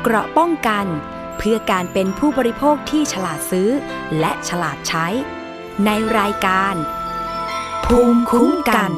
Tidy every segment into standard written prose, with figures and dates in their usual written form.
เกราะป้องกันเพื่อการเป็นผู้บริโภคที่ฉลาดซื้อและฉลาดใช้ในรายการภูมิคุ้มกัน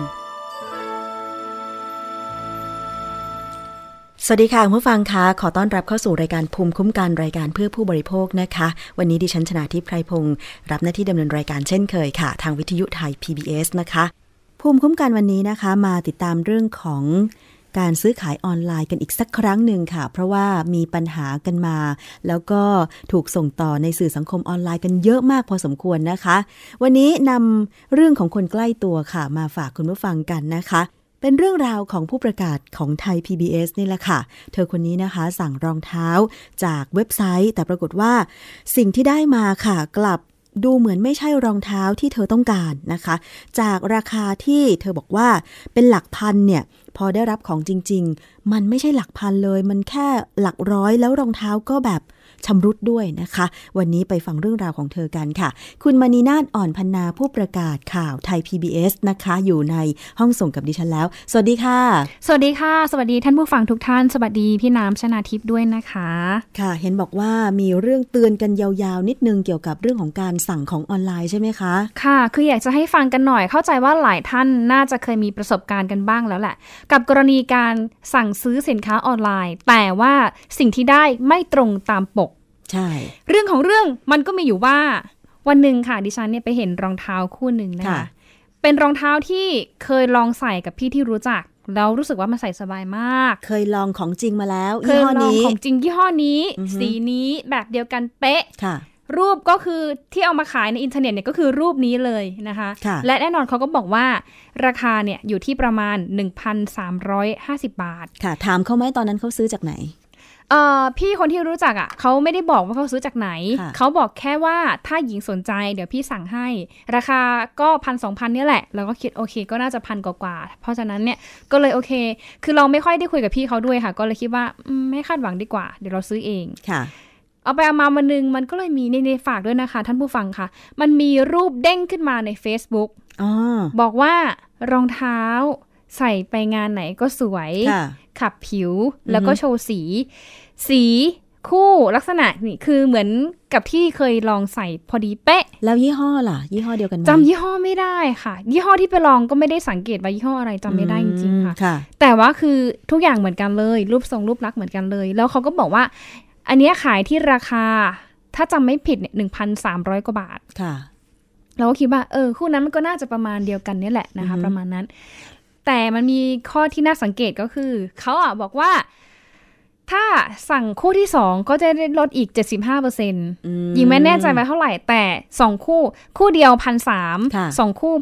สวัสดีค่ะผู้ฟังคะขอต้อนรับเข้าสู่รายการภูมิคุ้มกันรายการเพื่อผู้บริโภคนะคะวันนี้ดิฉันชนาธิป ไพรพงศ์รับหน้าที่ดำเนินรายการเช่นเคยค่ะทางวิทยุไทย PBS นะคะภูมิคุ้มกันวันนี้นะคะมาติดตามเรื่องของการซื้อขายออนไลน์กันอีกสักครั้งหนึ่งค่ะเพราะว่ามีปัญหากันมาแล้วก็ถูกส่งต่อในสื่อสังคมออนไลน์กันเยอะมากพอสมควรนะคะวันนี้นำเรื่องของคนใกล้ตัวค่ะมาฝากคุณผู้ฟังกันนะคะเป็นเรื่องราวของผู้ประกาศของไทย PBS นี่แหละค่ะเธอคนนี้นะคะสั่งรองเท้าจากเว็บไซต์แต่ปรากฏว่าสิ่งที่ได้มาค่ะกลับดูเหมือนไม่ใช่รองเท้าที่เธอต้องการนะคะจากราคาที่เธอบอกว่าเป็นหลักพันเนี่ยพอได้รับของจริงๆมันไม่ใช่หลักพันเลยมันแค่หลักร้อยแล้วรองเท้าก็แบบชำรุดด้วยนะคะวันนี้ไปฟังเรื่องราวของเธอกันค่ะคุณมณีนาฏอ่อนพันนาผู้ประกาศข่าวไทย PBS นะคะอยู่ในห้องส่งกับดิฉันแล้วสวัสดีค่ะสวัสดีค่ะสวัสดีท่านผู้ฟังทุกท่านสวัสดีพี่น้ำชนาทิพย์ด้วยนะคะค่ะเห็นบอกว่ามีเรื่องเตือนกันยาวๆนิดนึงเกี่ยวกับเรื่องของการสั่งของออนไลน์ใช่ไหมคะค่ะคืออยากจะให้ฟังกันหน่อยเข้าใจว่าหลายท่านน่าจะเคยมีประสบการณ์กันบ้างแล้วแหละกับกรณีการสั่งซื้อสินค้าออนไลน์แต่ว่าสิ่งที่ได้ไม่ตรงตามปกใช่เรื่องของเรื่องมันก็มีอยู่ว่าวันหนึ่งค่ะดิฉันเนี่ยไปเห็นรองเท้าคู่หนึ่งนะคะเป็นรองเท้าที่เคยลองใส่กับพี่ที่รู้จักแล้วรู้สึกว่ามันใส่สบายมากเคยลองของจริงมาแล้วยี่ห้อนี้ของจริงยี่ห้อนี้สีนี้แบบเดียวกันเป๊ะรูปก็คือที่เอามาขายในอินเทอร์เน็ตเนี่ยก็คือรูปนี้เลยนะคะและแน่นอนเขาก็บอกว่าราคาเนี่ยอยู่ที่ประมาณ 1,350 บาทค่ะถามเขาไหมตอนนั้นเขาซื้อจากไหนพี่คนที่รู้จักอ่ะเขาไม่ได้บอกว่าเขาซื้อจากไหนเขาบอกแค่ว่าถ้าหญิงสนใจเดี๋ยวพี่สั่งให้ราคาก็ 1,000-2,000 เนี่ยแหละเราก็คิดโอเคก็น่าจะ1,000 กว่าเพราะฉะนั้นเนี่ยก็เลยโอเคคือเราไม่ค่อยได้คุยกับพี่เขาด้วยค่ะก็เลยคิดว่าไม่คาดหวังดีกว่าเดี๋ยวเราซื้อเองค่ะเอาไปเอามาวันนึงมันก็เลยมีในฝากด้วยนะคะท่านผู้ฟังค่ะมันมีรูปเด้งขึ้นมาใน Facebook บอกว่ารองเท้าใส่ไปงานไหนก็สวยขับผิวแล้วก็โชว์สีคู่ลักษณะนี่คือเหมือนกับที่เคยลองใส่พอดีเป๊ะแล้วยี่ห้อล่ะยี่ห้อเดียวกันไหมจำยี่ห้อไม่ได้ค่ะยี่ห้อที่ไปลองก็ไม่ได้สังเกตว่ายี่ห้ออะไรจำไม่ได้จริงๆค่ะแต่ว่าคือทุกอย่างเหมือนกันเลยรูปทรงรูปลักษณ์เหมือนกันเลยแล้วเขาก็บอกว่าอันนี้ขายที่ราคาถ้าจำไม่ผิดเนี่ย 1,300 กว่าบาทค่ะเราก็คิดว่าคู่นั้นมันก็น่าจะประมาณเดียวกันนี่แหละนะคะประมาณนั้นแต่มันมีข้อที่น่าสังเกตก็คือเขาบอกว่าถ้าสั่งคู่ที่2ก็จะได้ลดอีก 75% ยิ่งไม่แน่ใจว่าเท่าไหร่แต่2คู่เดียว 1,300 2คู่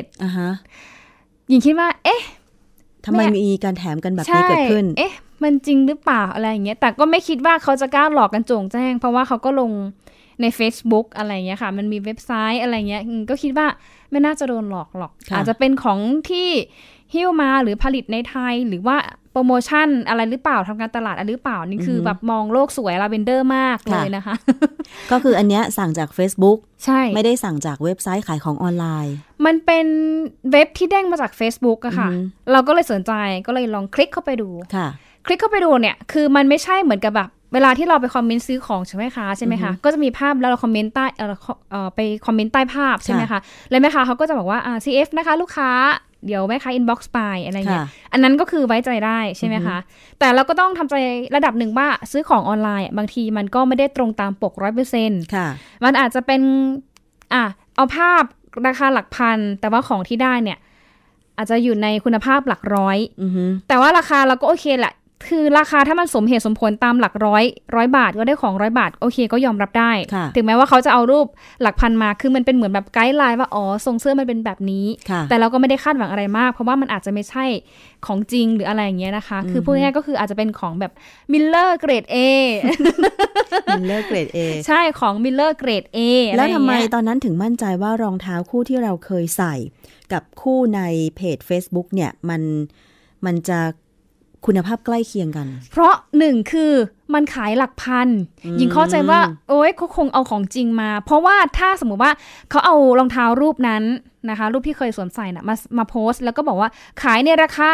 1,700 ยิ่งคิดว่าเอ๊ะทำไมมีการแถมกันแบบนี้เกิดขึ้นเอ๊ะมันจริงหรือเปล่าอะไรอย่างเงี้ยแต่ก็ไม่คิดว่าเขาจะกล้าหลอกกันโจ่งแจ้งเพราะว่าเขาก็ลงใน Facebook อะไรเงี้ยค่ะมันมีเว็บไซต์อะไรเงี้ยก็คิดว่าไม่น่าจะโดนหลอกหรอกอาจจะเป็นของที่หิ้วมาหรือผลิตในไทยหรือว่าโปรโมชั่นอะไรหรือเปล่าทำการตลาดอะไรหรือเปล่านี่คือแบบมองโลกสวยลาเวนเดอร์มากเลยนะคะก็คืออันเนี้ยสั่งจาก Facebook ใช่ไม่ได้สั่งจากเว็บไซต์ขายของออนไลน์มันเป็นเว็บที่เด้งมาจาก Facebook อะค่ะเราก็เลยสนใจก็เลยลองคลิกเข้าไปดูคลิกเข้าไปดูเนี่ยคือมันไม่ใช่เหมือนกับแบบเวลาที่เราไปคอมเมนต์ซื้อของใช่ไหมคะก็จะมีภาพแล้วเราคอมเมนต์ใต้ไปคอมเมนต์ใต้ภาพใช่ไหมคะแล้วแม่ค้าเขาก็จะบอกว่าCF นะคะลูกค้าเดี๋ยวแม่ค้าอินบ็อกซ์ไปอะไรเงี้ยอันนั้นก็คือไว้ใจได้ใช่ไหมคะแต่เราก็ต้องทำใจระดับหนึ่งว่าซื้อของออนไลน์บางทีมันก็ไม่ได้ตรงตามปก 100% ค่ะมันอาจจะเป็นเอาภาพราคาหลักพันแต่ว่าของที่ได้เนี่ยอาจจะอยู่ในคุณภาพหลักร้อยแต่ว่าราคาเราก็โอเคแหละคือราคาถ้ามันสมเหตุสมผลตามหลักร้อยบาทก็ได้ของ100 บาทโอเคก็ยอมรับได้ถึงแม้ว่าเขาจะเอารูปหลักพันมาคือมันเป็นเหมือนแบบไกด์ไลน์ว่าทรงเสื้อมันเป็นแบบนี้แต่เราก็ไม่ได้คาดหวังอะไรมากเพราะว่ามันอาจจะไม่ใช่ของจริงหรืออะไรอย่างเงี้ยนะคะคือพูดง่ายๆก็คืออาจจะเป็นของแบบมิลเลอร์เกรด A มิลเลอร์เกรด A ใช่ของมิลเลอร์เกรด A แล้วทำไมตอนนั้นถึงมั่นใจว่ารองเท้าคู่ที่เราเคยใส่กับคู่ในเพจ Facebook เนี่ยมันจะคุณภาพใกล้เคียงกันเพราะ1คือมันขายหลักพันหญิงเข้าใจว่าโอ๊ยเขาคงเอาของจริงมาเพราะว่าถ้าสมมุติว่าเขาเอารองเท้ารูปนั้นนะคะรูปที่เคยสวมใส่น่ะมาโพสต์แล้วก็บอกว่าขายในราคา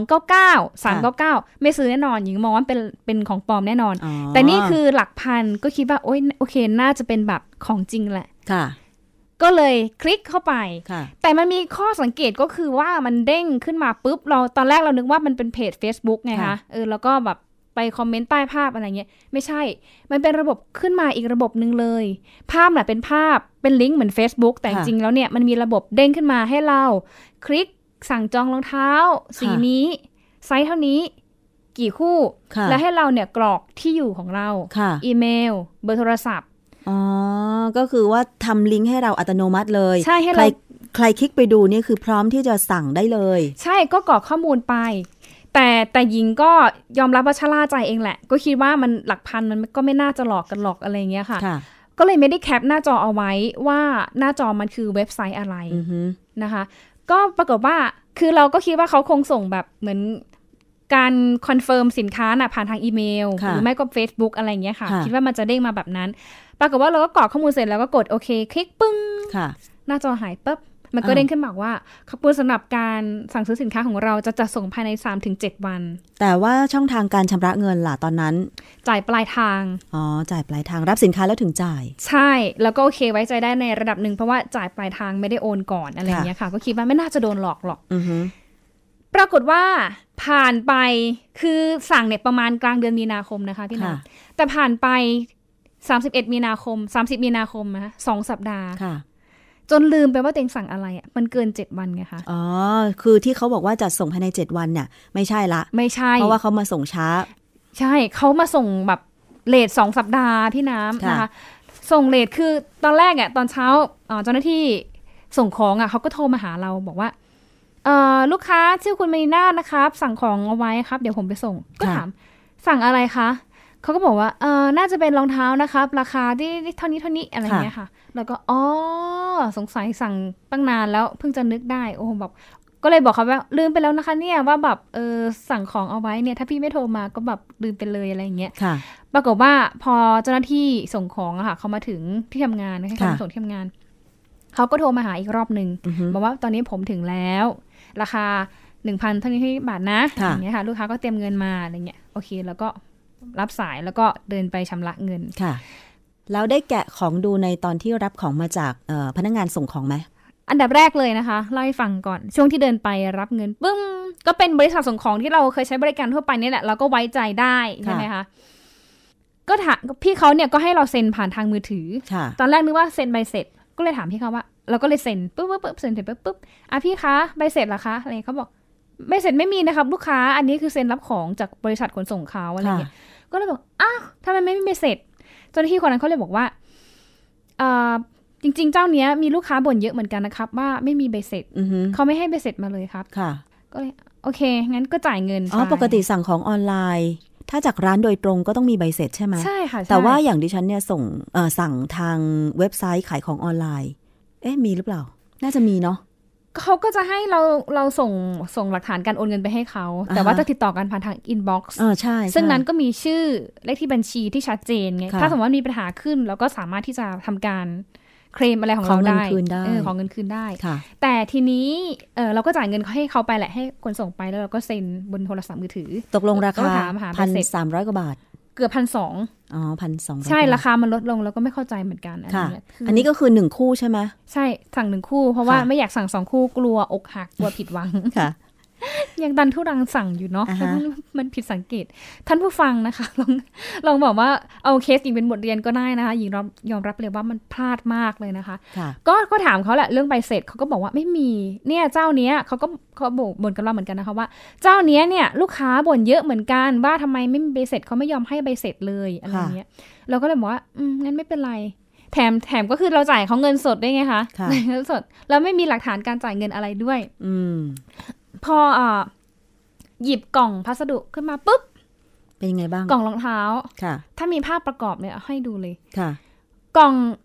299 399ไม่ซื้อแน่นอนหญิงมองว่าเป็นของปลอมแน่นอนแต่นี่คือหลักพันก็คิดว่าโอ๊ยโอเคน่าจะเป็นแบบของจริงแหละค่ะก็เลยคลิกเข้าไปแต่มันมีข้อสังเกตก็คือว่ามันเด้งขึ้นมาปุ๊บเราตอนแรกเรานึกว่ามันเป็นเพจ Facebook ไงคะแล้วก็แบบไปคอมเมนต์ใต้ภาพอะไรเงี้ยไม่ใช่มันเป็นระบบขึ้นมาอีกระบบนึงเลยภาพน่ะเป็นภาพเป็นลิงก์เหมือน Facebook แต่จริงแล้วเนี่ยมันมีระบบเด้งขึ้นมาให้เราคลิกสั่งจองรองเท้าสีนี้ไซส์เท่านี้กี่คู่แล้วให้เราเนี่ยกรอกที่อยู่ของเราอีเมลเบอร์โทรศัพท์อ๋อก็คือว่าทำลิงก์ให้เราอัตโนมัติเลยใช่ให้เราใครคลิกไปดูนี่คือพร้อมที่จะสั่งได้เลยใช่ก็กรอกข้อมูลไปแต่หญิงก็ยอมรับว่าชะล่าใจเองแหละก็คิดว่ามันหลักพันมันก็ไม่น่าจะหลอกกันหรอกอะไรเงี้ยค่ะก็เลยไม่ได้แคปหน้าจอเอาไว้ว่าหน้าจอมันคือเว็บไซต์อะไรนะคะก็ปรากฏว่าคือเราก็คิดว่าเขาคงส่งแบบเหมือนการคอนเฟิร์มสินค้าน่ะผ่านทางอีเมลหรือไม่ก็ Facebook อะไรเงี้ยค่ะคิดว่ามันจะเด้งมาแบบนั้นปรากฏว่าเราก็กรอกข้อมูลเสร็จแล้วก็กดโอเคคลิกปึ้งหน้าจอหายปุ๊บมันก็เด้งขึ้นมาว่าขอบคุณสำหรับการสั่งซื้อสินค้าของเราจะส่งภายใน 3-7 วันแต่ว่าช่องทางการชำระเงินล่ะตอนนั้นจ่ายปลายทางจ่ายปลายทางรับสินค้าแล้วถึงจ่ายใช่แล้วก็โอเคไว้ใจได้ในระดับหนึ่งเพราะว่าจ่ายปลายทางไม่ได้โอนก่อนอะไรอย่างเงี้ยค่ะก็คิดว่าไม่น่าจะโดนหลอกหรอกปรากฏว่าผ่านไปคือสั่งเนี่ยประมาณกลางเดือนมีนาคมนะคะพี่นาแต่ผ่านไป31 มีนาคม30 มีนาคมนะ2 สัปดาห์จนลืมไปว่าตัวเองสั่งอะไรอ่ะมันเกิน7 วันไงคะคือที่เขาบอกว่าจะส่งภายใน7 วันเนี่ยไม่ใช่ละไม่ใช่เพราะว่าเขามาส่งช้าใช่เขามาส่งแบบเลท2 สัปดาห์พี่น้ำนะคะส่งเลทคือตอนแรกอ่ะตอนเช้าเจ้าหน้าที่ส่งของอ่ะเขาก็โทรมาหาเราบอกว่าลูกค้าชื่อคุณมณีนาฏนะครับสั่งของเอาไว้ครับเดี๋ยวผมไปส่งก็ถามสั่งอะไรคะเขาก็บอกว่าน่าจะเป็นรองเท้านะครับราคาที่เท่านี้อะไรเงี้ยค่ะแล้วก็สงสัยสั่งตั้งนานแล้วเพิ่งจะนึกได้โอ้แบบก็เลยบอกเขาว่าลืมไปแล้วนะคะเนี่ยว่าแบบสั่งของเอาไว้เนี่ยถ้าพี่ไม่โทรมาก็แบบลืมไปเลยอะไรเงี้ยปรากฏว่าพอเจ้าหน้าที่ส่งของอะค่ะเขามาถึงที่ทำงานให้เขาส่งที่ทำงานเขาก็โทรมาหาอีกรอบนึงบอกว่าตอนนี้ผมถึงแล้วราคา 1,000 เท่านี้บาทนะอย่างเงี้ยค่ะลูกค้าก็เตรียมเงินมาอะไรเงี้ยโอเคแล้วก็รับสายแล้วก็เดินไปชำระเงินค่ะแล้วได้แกะของดูในตอนที่รับของมาจากพนักงานส่งของไหมอันดับแรกเลยนะคะเล่าให้ฟังก่อนช่วงที่เดินไปรับเงินปึ้งก็เป็นบริษัทส่งของที่เราเคยใช้บริการทั่วไปนี่แหละเราก็ไว้ใจได้ใช่ไหมคะก็ถามพี่เขาเนี่ยก็ให้เราเซ็นผ่านทางมือถือตอนแรกนึกว่าเซ็นใบเสร็จก็เลยถามพี่เขาว่าเราก็เลยเซ็นปุ๊บเซ็นเสร็จปุ๊บพี่คะใบเสร็จเหรอคะอะไรเขาบอกใบเสร็จไม่มีนะครับลูกค้าอันนี้คือเซ็นรับของจากบริษัทขนส่งเขาอะไรเงี้ยก็เลยบอกอ้าวทำไมไม่มีใบเสร็จเจ้าหน้าที่คนนั้นเขาเลยบอกว่าจริงๆเจ้าเนี้ยมีลูกค้าบ่นเยอะเหมือนกันนะครับว่าไม่มีใบเสร็จเขาไม่ให้ใบเสร็จมาเลยครับค่ะก็เลยโอเคงั้นก็จ่ายเงินปกติสั่งของออนไลน์ถ้าจากร้านโดยตรงก็ต้องมีใบเสร็จใช่ไหมใช่ค่ะแต่ว่าอย่างดิฉันเนี่ยสั่งทางเว็บไซต์ขายของออนไลน์มีหรือเปล่าน่าจะมีเนาะเขาก็จะให้เราส่งหลักฐานการโอนเงินไปให้เขาแต่ว่าจะติดต่อกันผ่านทางอินบ็อกซ์ใช่ซึ่งนั้นก็มีชื่อเลขที่บัญชีที่ชัดเจนไงถ้าสมมติว่ามีปัญหาขึ้นเราก็สามารถที่จะทำการเคลมอะไรของเราได้ของเงินคืนได้แต่ทีนี้เราก็จ่ายเงินให้เขาไปแหละให้คนส่งไปแล้วเราก็เซ็นบนโทรศัพท์มือถือตกลงราคา 1,300 กว่าบาทเกือบ 1,200 1,200 ใช่ราคามันลดลงแล้วก็ไม่เข้าใจเหมือนกันอันนี้ก็คือ1คู่ใช่ไหมใช่สั่ง1คู่เพราะว่าไม่อยากสั่ง2คู่กลัวอกหักกลัวผิดหวังค่ะยังดันทุรังสั่งอยู่เนาะมันผิดสังเกตท่านผู้ฟังนะคะลองบอกว่าเอาเคสอีกเป็นบทเรียนก็ได้นะคะหญิงยอมรับเลยว่ามันพลาดมากเลยนะคะก็ถามเขาแหละเรื่องใบเสร็จเขาก็บอกว่าไม่มีเนี่ยเจ้าเนี้ยเขาบ่นกับเราเหมือนกันนะคะว่าเจ้าเนี้ยเนี่ยลูกค้าบ่นเยอะเหมือนกันว่าทำไมไม่มีใบเสร็จเขาไม่ยอมให้ใบเสร็จเลยอะไรเงี้ยเราก็เลยบอกว่างั้นไม่เป็นไรแถมก็คือเราจ่ายเขาเงินสดได้ไงคะเงินสดแล้วไม่มีหลักฐานการจ่ายเงินอะไรด้วยพอหยิบกล่องพัสดุขึ้นมาปุ๊บเป็นยังไงบ้างกล่องรองเท้าค่ะถ้ามีภาพประกอบเนี่ยให้ดูเลยค่ะกล่อง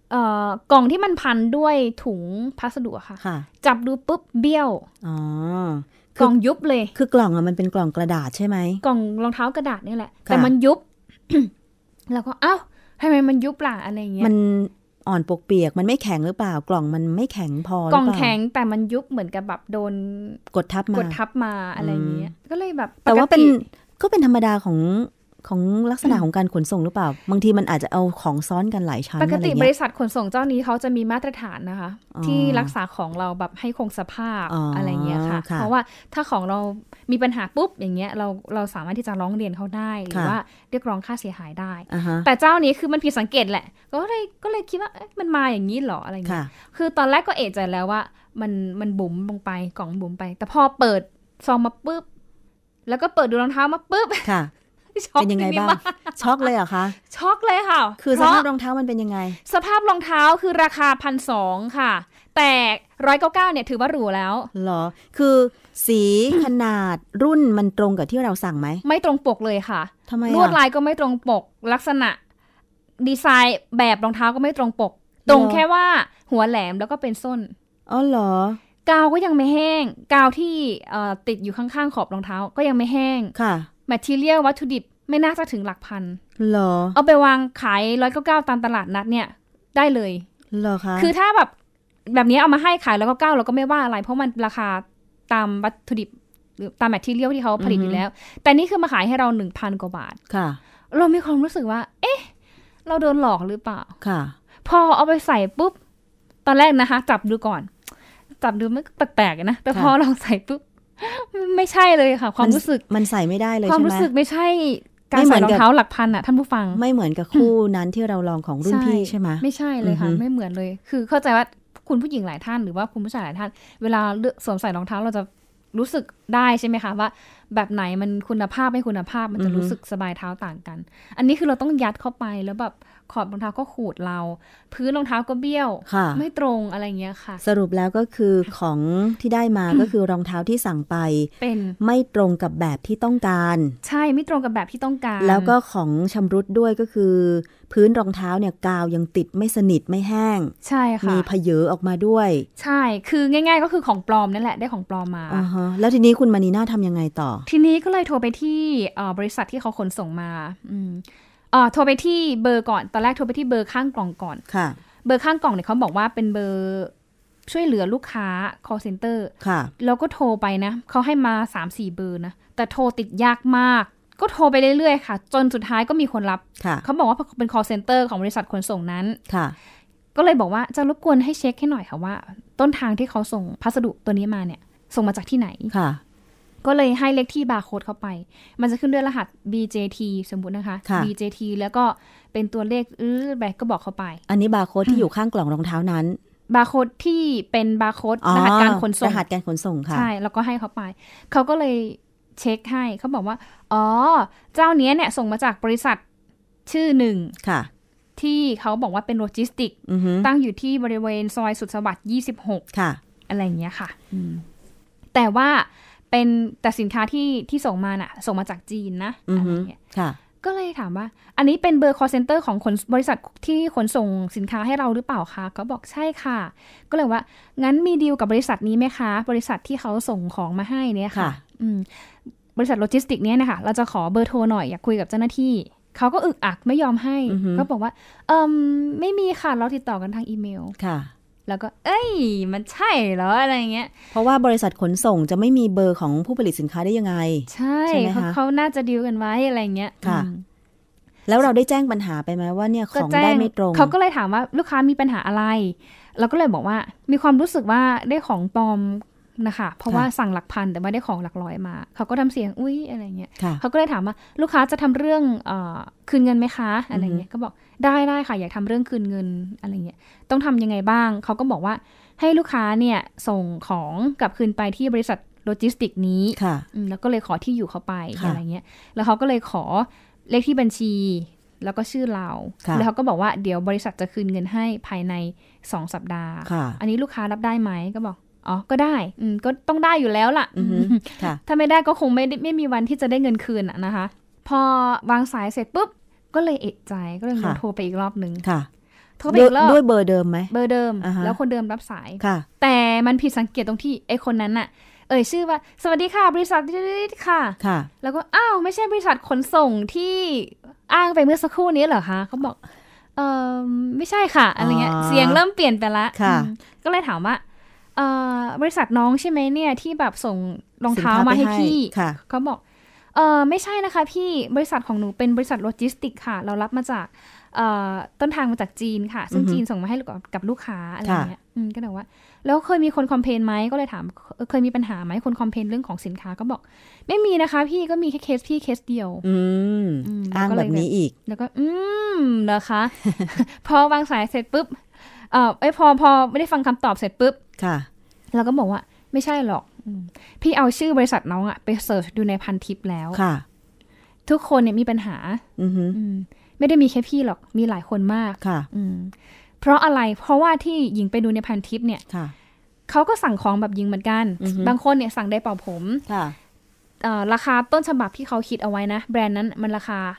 กล่องที่มันพันด้วยถุงพัสดุค่ะจับดูปุ๊บเบี้ยวกล่องยุบเลยคือกล่องมันเป็นกล่องกระดาษใช่ไหมกล่องรองเท้ากระดาษนี่แหละแต่มันยุบ แล้วก็อ้าวทำไมมันยุบล่ะอะไรเงี้ยมันอ่อนปกเปียกมันไม่แข็งหรือเปล่ากล่องมันไม่แข็งพอกล่องแข็งแต่มันยุบเหมือนกับแบบโดนกดทับมาอะไรเงี้ยก็เลยแบบแต่ว่าก็เป็นธรรมดาของลักษณะของการขนส่งหรือเปล่าบางทีมันอาจจะเอาของซ้อนกันหลายชั้นปกติบริษัทขนส่งเจ้านี้เขาจะมีมาตรฐานนะคะที่รักษาของเราแบบให้คงสภาพอะไรเงี้ยค่ะเพราะว่าถ้าของเรามีปัญหาปุ๊บอย่างเงี้ยเราสามารถที่จะร้องเรียนเขาได้หรือว่าเรียกร้องค่าเสียหายได้แต่เจ้านี้คือมันผิดสังเกตแหละก็เลยคิดว่ามันมาอย่างนี้หรออะไรเงี้ยคือตอนแรกก็เอะใจแล้วว่ามันบุ๋มลงไปกล่องบุ๋มไปแต่พอเปิดซองมาปุ๊บแล้วก็เปิดดูรองเท้ามาปุ๊บเป็นยังไงบ้างช็อกเลยเหรอคะช็อกเลยค่ะคือสภาพรองเท้ามันเป็นยังไงสภาพรองเท้าคือราคา 1,200 ค่ะแต่199เนี่ยถือว่าหรูแล้วเหรอคือสีขนาดรุ่นมันตรงกับที่เราสั่งไหมไม่ตรงปกเลยค่ะทำไมลวดลายก็ไม่ตรงปกลักษณะดีไซน์แบบรองเท้าก็ไม่ตรงปกตรงแค่ว่าหัวแหลมแล้วก็เป็นส้นอ๋อเหรอกาวก็ยังไม่แห้งกาวที่ติดอยู่ข้างๆขอบรองเท้าก็ยังไม่แห้งค่ะ material วัตถุดิบไม่น่าจะถึงหลักพันเหรอเอาไปวางขาย199ตามตลาดนัดเนี่ยได้เลยเหรอคะคือถ้าแบบนี้เอามาให้ขาย199เราก็ไม่ว่าอะไรเพราะมันราคาตามวัตถุดิบหรือตามแมททีเรียลที่เขาผลิตอยู่แล้วแต่นี่คือมาขายให้เรา 1,000 กว่าบาทค่ะเรามีความรู้สึกว่าเอ๊ะเราโดนหลอกหรือเปล่าค่ะพอเอาไปใส่ปุ๊บตอนแรกนะคะจับดูก่อนจับดูมันแปลกๆนะแต่พอลองใส่ปุ๊บไม่ใช่เลยค่ะความรู้สึกมันใส่ไม่ได้เลยใช่ไหมความรู้สึกไม่ใช่การใส่รองเท้าหลักพันอ่ะท่านผู้ฟังไม่เหมือนกับคู่นั้นที่เราลองของรุ่นพี่ใช่ไหมไม่ใช่เลยค่ะไม่เหมือนเลยคือเข้าใจว่าคุณผู้หญิงหลายท่านหรือว่าคุณผู้ชายหลายท่านเวลาเลือกสวมใส่รองเท้าเราจะรู้สึกได้ใช่ไหมคะว่าแบบไหนมันคุณภาพไม่คุณภาพมันจะรู้สึกสบายเท้าต่างกันอันนี้คือเราต้องยัดเข้าไปแล้วแบบขอบรองเท้าก็ขูดเราพื้นรองเท้าก็เบี้ยวไม่ตรงอะไรเงี้ยค่ะสรุปแล้วก็คือของที่ได้มาก็คือรองเท้าที่สั่งไปเป็นไม่ตรงกับแบบที่ต้องการใช่ไม่ตรงกับแบบที่ต้องการแล้วก็ของชำรุดด้วยก็คือพื้นรองเท้าเนี่ยกาวยังติดไม่สนิทไม่แห้งใช่ค่ะมีผเยอออกมาด้วยใช่คือง่ายๆก็คือของปลอมนั่นแหละได้ของปลอมมาแล้วทีนี้คุณมานีน่าทำยังไงต่อทีนี้ก็เลยโทรไปที่บริษัทที่เขาขนส่งมาโทรไปที่เบอร์ก่อนตอนแรกโทรไปที่เบอร์ข้างกล่องก่อนค่ะเบอร์ข้างกล่องเนี่ยเขาบอกว่าเป็นเบอร์ช่วยเหลือลูกค้า call center ค่ะแล้วก็โทรไปนะเขาให้มา 3-4 เบอร์นะแต่โทรติดยากมากก็โทรไปเรื่อยๆค่ะจนสุดท้ายก็มีคนรับเขาบอกว่าเป็น call center ของบริษัทขนส่งนั้นค่ะก็เลยบอกว่าจะรบกวนให้เช็คให้หน่อยค่ะว่าต้นทางที่เขาส่งพัสดุตัวนี้มาเนี่ยส่งมาจากที่ไหนค่ะก็เลยให้เลขที่บาร์โค้ดเข้าไปมันจะขึ้นด้วยรหัส BJT สมมุตินะคะ BJT แล้วก็เป็นตัวเลขแบกก็บอกเข้าไปอันนี้บาร์โค้ดที่อยู่ข้างกล่องรองเท้านั้นบาร์โค้ดที่เป็นบาร์โค้ดรหัสการขนส่งรหัสการขนส่งค่ะใช่แล้วก็ให้เขาไปเขาก็เลยเช็คให้เขาบอกว่าอ๋อเจ้านี้เนี่ยส่งมาจากบริษัทชื่อหนึ่งค่ะที่เขาบอกว่าเป็นโลจิสติกตั้งอยู่ที่บริเวณซอยสุดสวัสดิ์26 ค่ะอะไรอย่างเงี้ยค่ะแต่ว่าแต่สินค้าที่ส่งมาน่ะส่งมาจากจีนนะอะไรเงี้ยก็เลยถามว่าอันนี้เป็นเบอร์ call center ของบริษัทที่ขนส่งสินค้าให้เราหรือเปล่าคะเขาบอกใช่ค่ะก็เลยว่างั้นมีดีลกับบริษัทนี้ไหมคะบริษัทที่เขาส่งของมาให้เนี่ยค่ะบริษัทโลจิสติกเนี่ยนะคะเราจะขอเบอร์โทรหน่อยอยากคุยกับเจ้าหน้าที่เขาก็อึกอักไม่ยอมให้เขาบอกว่าไม่มีค่ะเราติดต่อกันทางอีเมลค่ะแล้วก็มันใช่เหรออะไรเงี้ยเพราะว่าบริษัทขนส่งจะไม่มีเบอร์ของผู้ผลิตสินค้าได้ยังไงใช่เขาน่าจะดีลกันไว้อะไรเงี้ยค่ะแล้วเราได้แจ้งปัญหาไปไหมว่าเนี่ยของได้ไม่ตรงเขาก็เลยถามว่าลูกค้ามีปัญหาอะไรเราก็เลยบอกว่ามีความรู้สึกว่าได้ของปลอมนะคะเพราะว่าสั่งหลักพันแต่ว่าได้ของหลักร้อยมาเขาก็ทำเสียงอุ้ยอะไรเงี้ยเขาก็เลยถามว่าลูกค้าจะทำเรื่องคืนเงินไหมคะอะไรเงี้ยก็บอกได้ค่ะอยากทำเรื่องคืนเงินอะไรเงี้ยต้องทำยังไงบ้างเขาก็บอกว่าให้ลูกค้าเนี่ยส่งของกลับคืนไปที่บริษัทโลจิสติกนี้แล้วก็เลยขอที่อยู่เขาไปอะไรเงี้ยแล้วเขาก็เลยขอเลขที่บัญชีแล้วก็ชื่อเราแล้วเขาก็บอกว่าเดี๋ยวบริษัทจะคืนเงินให้ภายใน2 สัปดาห์อันนี้ลูกค้ารับได้ไหมก็บอกอ๋อก็ได้ก็ต้องได้อยู่แล้วล่ะถ้าไม่ได้ก็คงไม่มีวันที่จะได้เงินคืนนะคะ พอวางสายเสร็จปุ๊บก็เลยเอะใจก็เลยโทรไปอีกรอบนึงโทรไปอีกรอบด้วยเบอร์เดิมไหมเบอร์เดิมแล้วคนเดิมรับสายแต่มันผิดสังเกตตรงที่ไอ้คนนั้นน่ะชื่อว่าสวัสดีค่ะบริษัทค่ะแล้วก็อ้าวไม่ใช่บริษัทขนส่งที่อ้างไปเมื่อสักครู่นี้เหรอคะเขาบอกไม่ใช่ค่ะอะไรเงี้ยเสียงเริ่มเปลี่ยนไปละก็เลยถามว่าบริษัทน้องใช่ไหมเนี่ยที่แบบส่งรองเท้ามาให้พี่เขาบอกไม่ใช่นะคะพี่บริษัทของหนูเป็นบริษัทโลจิสติกค่ะเรารับมาจากต้นทางมาจากจีนค่ะซึ่งจีนส่งมาให้กับลูกค้าอะไรเงี้ยก็เลยว่าแล้วเคยมีคนคอมเพลนไหมก็เลยถามเคยมีปัญหาไหมคนคอมเพลนเรื่องของสินค้าก็บอกไม่มีนะคะพี่ก็มีแค่เคสพี่เคสเดียวอ้างแบบนี้อีกแล้วก็นะคะ พอวางสายเสร็จปุ๊บพอไม่ได้ฟังคำตอบเสร็จปุ๊บค่ะเราก็บอกว่าไม่ใช่หรอกพี่เอาชื่อบริษัทน้องอะไปเสิร์ชดูในพันทิปแล้วค่ะทุกคนเนี่ยมีปัญหาไม่ได้มีแค่พี่หรอกมีหลายคนมากค่ะเพราะอะไรเพราะว่าที่หญิงไปดูในพันทิปเนี่ยเขาก็สั่งของแบบหญิงเหมือนกันบางคนเนี่ยสั่งได้เป่าผมราคาต้นฉบับที่เขาคิดเอาไว้นะแบรนด์นั้นมันราคา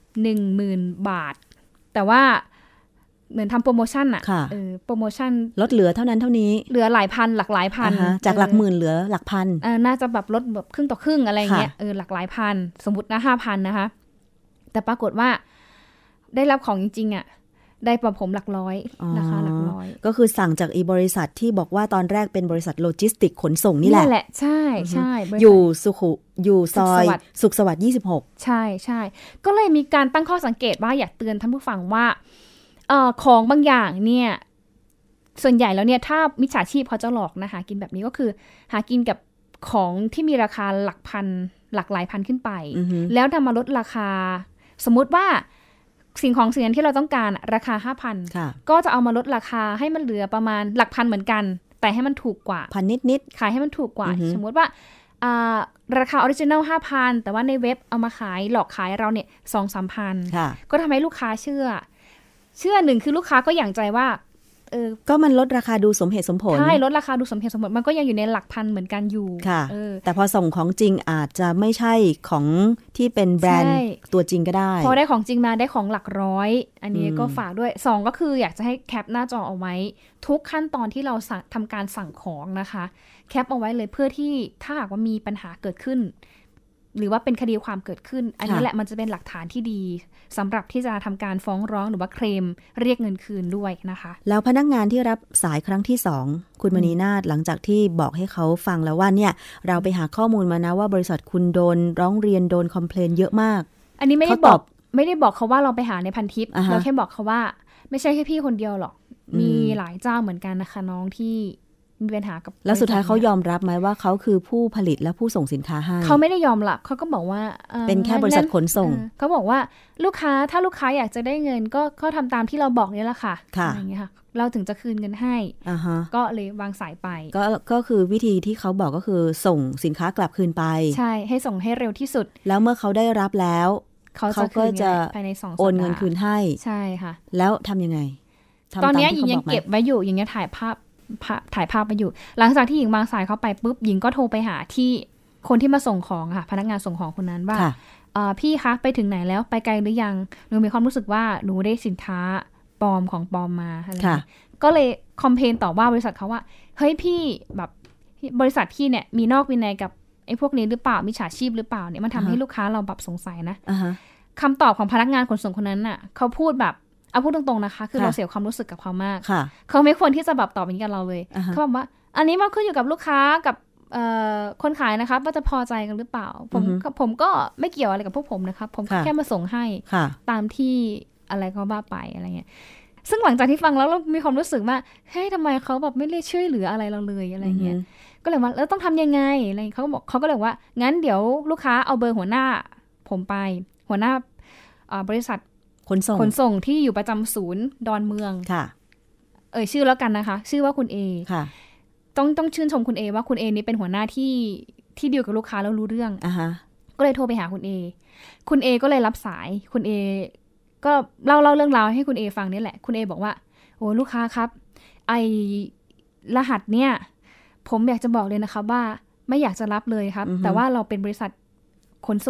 10,000 บาทแต่ว่าเหมือนทำโปรโมชั่นอะโปรโมชั่นลดเหลือเท่านั้นเท่านี้เหลือหลายพันหลักหลายพันจากหลักหมื่นเหลือหลักพันน่าจะแบบลดแบบครึ่งต่อครึ่งอะไรเงี้ยหลักหลายพันสมมตินะ 5,000 นะคะแต่ปรากฏว่าได้รับของจริงๆอะได้ประผมหลักร้อยนะคะหลักร้อยก็คือสั่งจากบริษัทที่บอกว่าตอนแรกเป็นบริษัทโลจิสติกขนส่งนี่แหละใช่ใช่อยู่ซอยสุขสวัสดิ์26 ใช่ใช่ก็เลยมีการตั้งข้อสังเกตว่าอยากเตือนท่านผู้ฟังว่าของบางอย่างเนี่ยส่วนใหญ่แล้วเนี่ยถ้ามิจฉาชีพเขาจะหลอกนะหากินแบบนี้ก็คือหากินกับของที่มีราคาหลักพันหลักหลายพันขึ้นไปแล้วนำมาลดราคาสมมุติว่าสิ่งของสิ่งนั้นที่เราต้องการราคา 5,000 ก็จะเอามาลดราคาให้มันเหลือประมาณหลักพันเหมือนกันแต่ให้มันถูกกว่าพันนิดๆขายให้มันถูกกว่าสมมติว่าราคาออริจินัล 5,000 แต่ว่าในเว็บเอามาขายหลอกขายเราเนี่ย 2-3,000 ก็ทำให้ลูกค้าเชื่อหนึ่งคือลูกค้าก็อย่างใจว่าก็มันลดราคาดูสมเหตุสมผลใช่ลดราคาดูสมเหตุสมผลมันก็ยังอยู่ในหลักพันเหมือนกันอยู่ค่ะแต่พอส่งของจริงอาจจะไม่ใช่ของที่เป็นแบรนด์ตัวจริงก็ได้พอได้ของจริงมาได้ของหลักร้อยอันนี้ก็ฝากด้วย2ก็คืออยากจะให้แคปหน้าจอเอาไว้ทุกขั้นตอนที่เราทำการสั่งของนะคะแคปเอาไว้เลยเพื่อที่ถ้าหากว่ามีปัญหาเกิดขึ้นหรือว่าเป็นคดีความเกิดขึ้นอันนี้แหละมันจะเป็นหลักฐานที่ดีสำหรับที่จะทำการฟ้องร้องหรือว่าเคลมเรียกเงินคืนด้วยนะคะแล้วพนักงานที่รับสายครั้งที่2คุณมณีนาฏหลังจากที่บอกให้เขาฟังแล้วว่าเนี่ยเราไปหาข้อมูลมานะว่าบริษัทคุณโดนร้องเรียนโดนคอมเพลนเยอะมากอันนี้ไม่ได้บอกเขาว่าเราไปหาในพันทิปเราแค่บอกเขาว่าไม่ใช่แค่พี่คนเดียวหรอกมีหลายเจ้าเหมือนกันนะคะน้องที่มีปัญหากับแล้วสุดท้ายเขายอมรับไหมว่าเขาคือผู้ผลิตและผู้ส่งสินค้าให้เขาไม่ได้ยอมรับเขาก็บอกว่าเป็นแค่บริษัทขนส่งเขาบอกว่าลูกค้าถ้าลูกค้าอยากจะได้เงินก็ทำตามที่เราบอกนี่แหละค่ะอย่างเงี้ยค่ะเราถึงจะคืนเงินให้ก็เลยวางสายไปก็คือวิธีที่เขาบอกก็คือส่งสินค้ากลับคืนไปใช่ให้ส่งให้เร็วที่สุดแล้วเมื่อเขาได้รับแล้วเขาก็จะภายใน2 สัปดาห์โอนเงินคืนให้ใช่ค่ะแล้วทำยังไงตอนนี้หญิงยังเก็บไว้อยู่อย่างเงี้ยถ่ายภาพมาอยู่หลังจากที่หญิงวางสายเข้าไปปุ๊บหญิงก็โทรไปหาที่คนที่มาส่งของค่ะพนักงานส่งของคนนั้นว่าพี่คะไปถึงไหนแล้วไปไกลหรือยังหนูมีความรู้สึกว่าหนูได้สินค้าปลอมของปลอมมาอะไรก็เลยคอมเพลนต่อว่าบริษัทเขาว่าเฮ้ยพี่แบบบริษัทพี่เนี่ยมีนอกมีในกับไอ้พวกนี้หรือเปล่ามิจฉาชีพหรือเปล่าเนี่ยมันทำให้ลูกค้าเราแบบสงสัยนะคำตอบของพนักงานขนส่งคนนั้นน่ะเขาพูดแบบเอาพูดตรงๆนะคะคือเราเสียความรู้สึกกับเขามากเขาไม่ควรที่จะแบบตอบอย่างนี้กับเราเลยเขาบอกว่าอันนี้มันขึ้นอยู่กับลูกค้ากับคนขายนะคะว่าจะพอใจกันหรือเปล่าผมก็ไม่เกี่ยวอะไรกับพวกผมนะครับผมแค่มาส่งให้ตามที่อะไรก็ว่าไปอะไรเงี้ยซึ่งหลังจากที่ฟังแล้วเรามีความรู้สึกว่าเฮ้ยทำไมเขาแบบไม่ได้ช่วยเหลืออะไรเราเลยอะไรเงี้ยก็เลยว่าแล้วต้องทำยังไงอะไรเขาก็เลยว่างั้นเดี๋ยวลูกค้าเอาเบอร์หัวหน้าผมไปหัวหน้าบริษัทขนส่งที่อยู่ประจำศูนย์ดอนเมืองค่ะชื่อแล้วกันนะคะชื่อว่าคุณเอค่ะต้องชื่นชมคุณเอว่าคุณเอนี้เป็นหัวหน้าที่ดีลกับลูกค้าแล้วรู้เรื่องก็เลยโทรไปหาคุณเอก็เลยรับสายคุณเอก็เล่าเรื่องราวให้คุณเอฟังนี่แหละคุณเอบอกว่าโอ้ลูกค้าครับไอรหัสเนี่ยผมอยากจะบอกเลยนะคะว่าไม่อยากจะรับเลยครับแต่ว่าเราเป็นบริษัทขนส่ง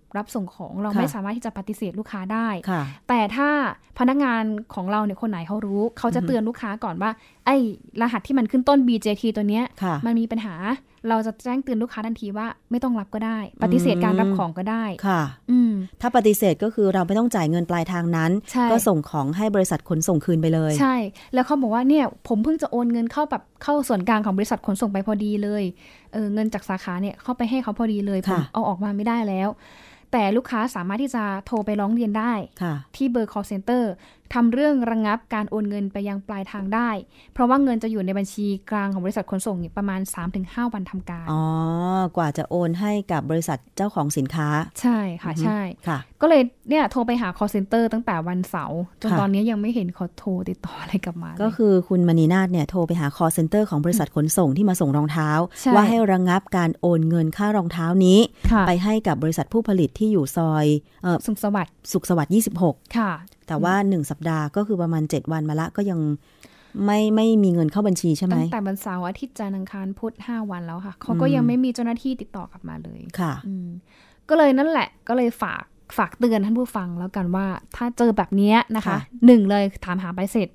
รับส่งของเราไม่สามารถที่จะปฏิเสธลูกค้าได้ค่ะแต่ถ้าพนักงานของเราเนี่ยคนไหนเขารู้เขาจะเตือนลูกค้าก่อนว่าไอ้รหัสที่มันขึ้นต้น BJT ตัวเนี้ยมันมีปัญหาเราจะแจ้งเตือนลูกค้าทันทีว่าไม่ต้องรับก็ได้ปฏิเสธการรับของก็ได้ค่ะถ้าปฏิเสธก็คือเราไม่ต้องจ่ายเงินปลายทางนั้นก็ส่งของให้บริษัทขนส่งคืนไปเลยใช่แล้วเขาบอกว่าเนี่ยผมเพิ่งจะโอนเงินเข้าส่วนกลางของบริษัทขนส่งไปพอดีเลยเงินจากสาขาเนี่ยเข้าไปให้เขาพอดีเลยผมเอาออกมาไม่ได้แล้วแต่ลูกค้าสามารถที่จะโทรไปร้องเรียนได้ที่เบอร์ call center ทำเรื่องระงับการโอนเงินไปยังปลายทางได้เพราะว่าเงินจะอยู่ในบัญชีกลางของบริษัทขนส่งประมาณ 3-5 วันทำการกว่าจะโอนให้กับบริษัทเจ้าของสินค้าใช่ค่ะใช่ก็เลยเนี่ยโทรไปหา call center ตั้งแต่วันเสาร์จนตอนนี้ยังไม่เห็นเขาโทรติดต่ออะไรกลับมาก็คือคุณมณีนาถเนี่ยโทรไปหา call center ของบริษัทขนส่งที่มาส่งรองเท้าว่าให้ระงับการโอนเงินค่ารองเท้านี้ไปให้กับบริษัทผู้ผลิตที่อยู่ซอยสุขสวัสดิ์26ค่ะแต่ว่า1สัปดาห์ก็คือประมาณ7วันมาละก็ยังไม่มีเงินเข้าบัญชีใช่ไหมตั้งแต่วันเสาร์อาทิตย์จันทร์อังคารพุธ5วันแล้วค่ะเขาก็ยังไม่มีเจ้าหน้าที่ติดต่อกลับมาเลยค่ะก็เลยนั่นแหละก็เลยฝากเตือนท่านผู้ฟังแล้วกันว่าถ้าเจอแบบนี้นะคะ1เลยถามหาใบเสร็จ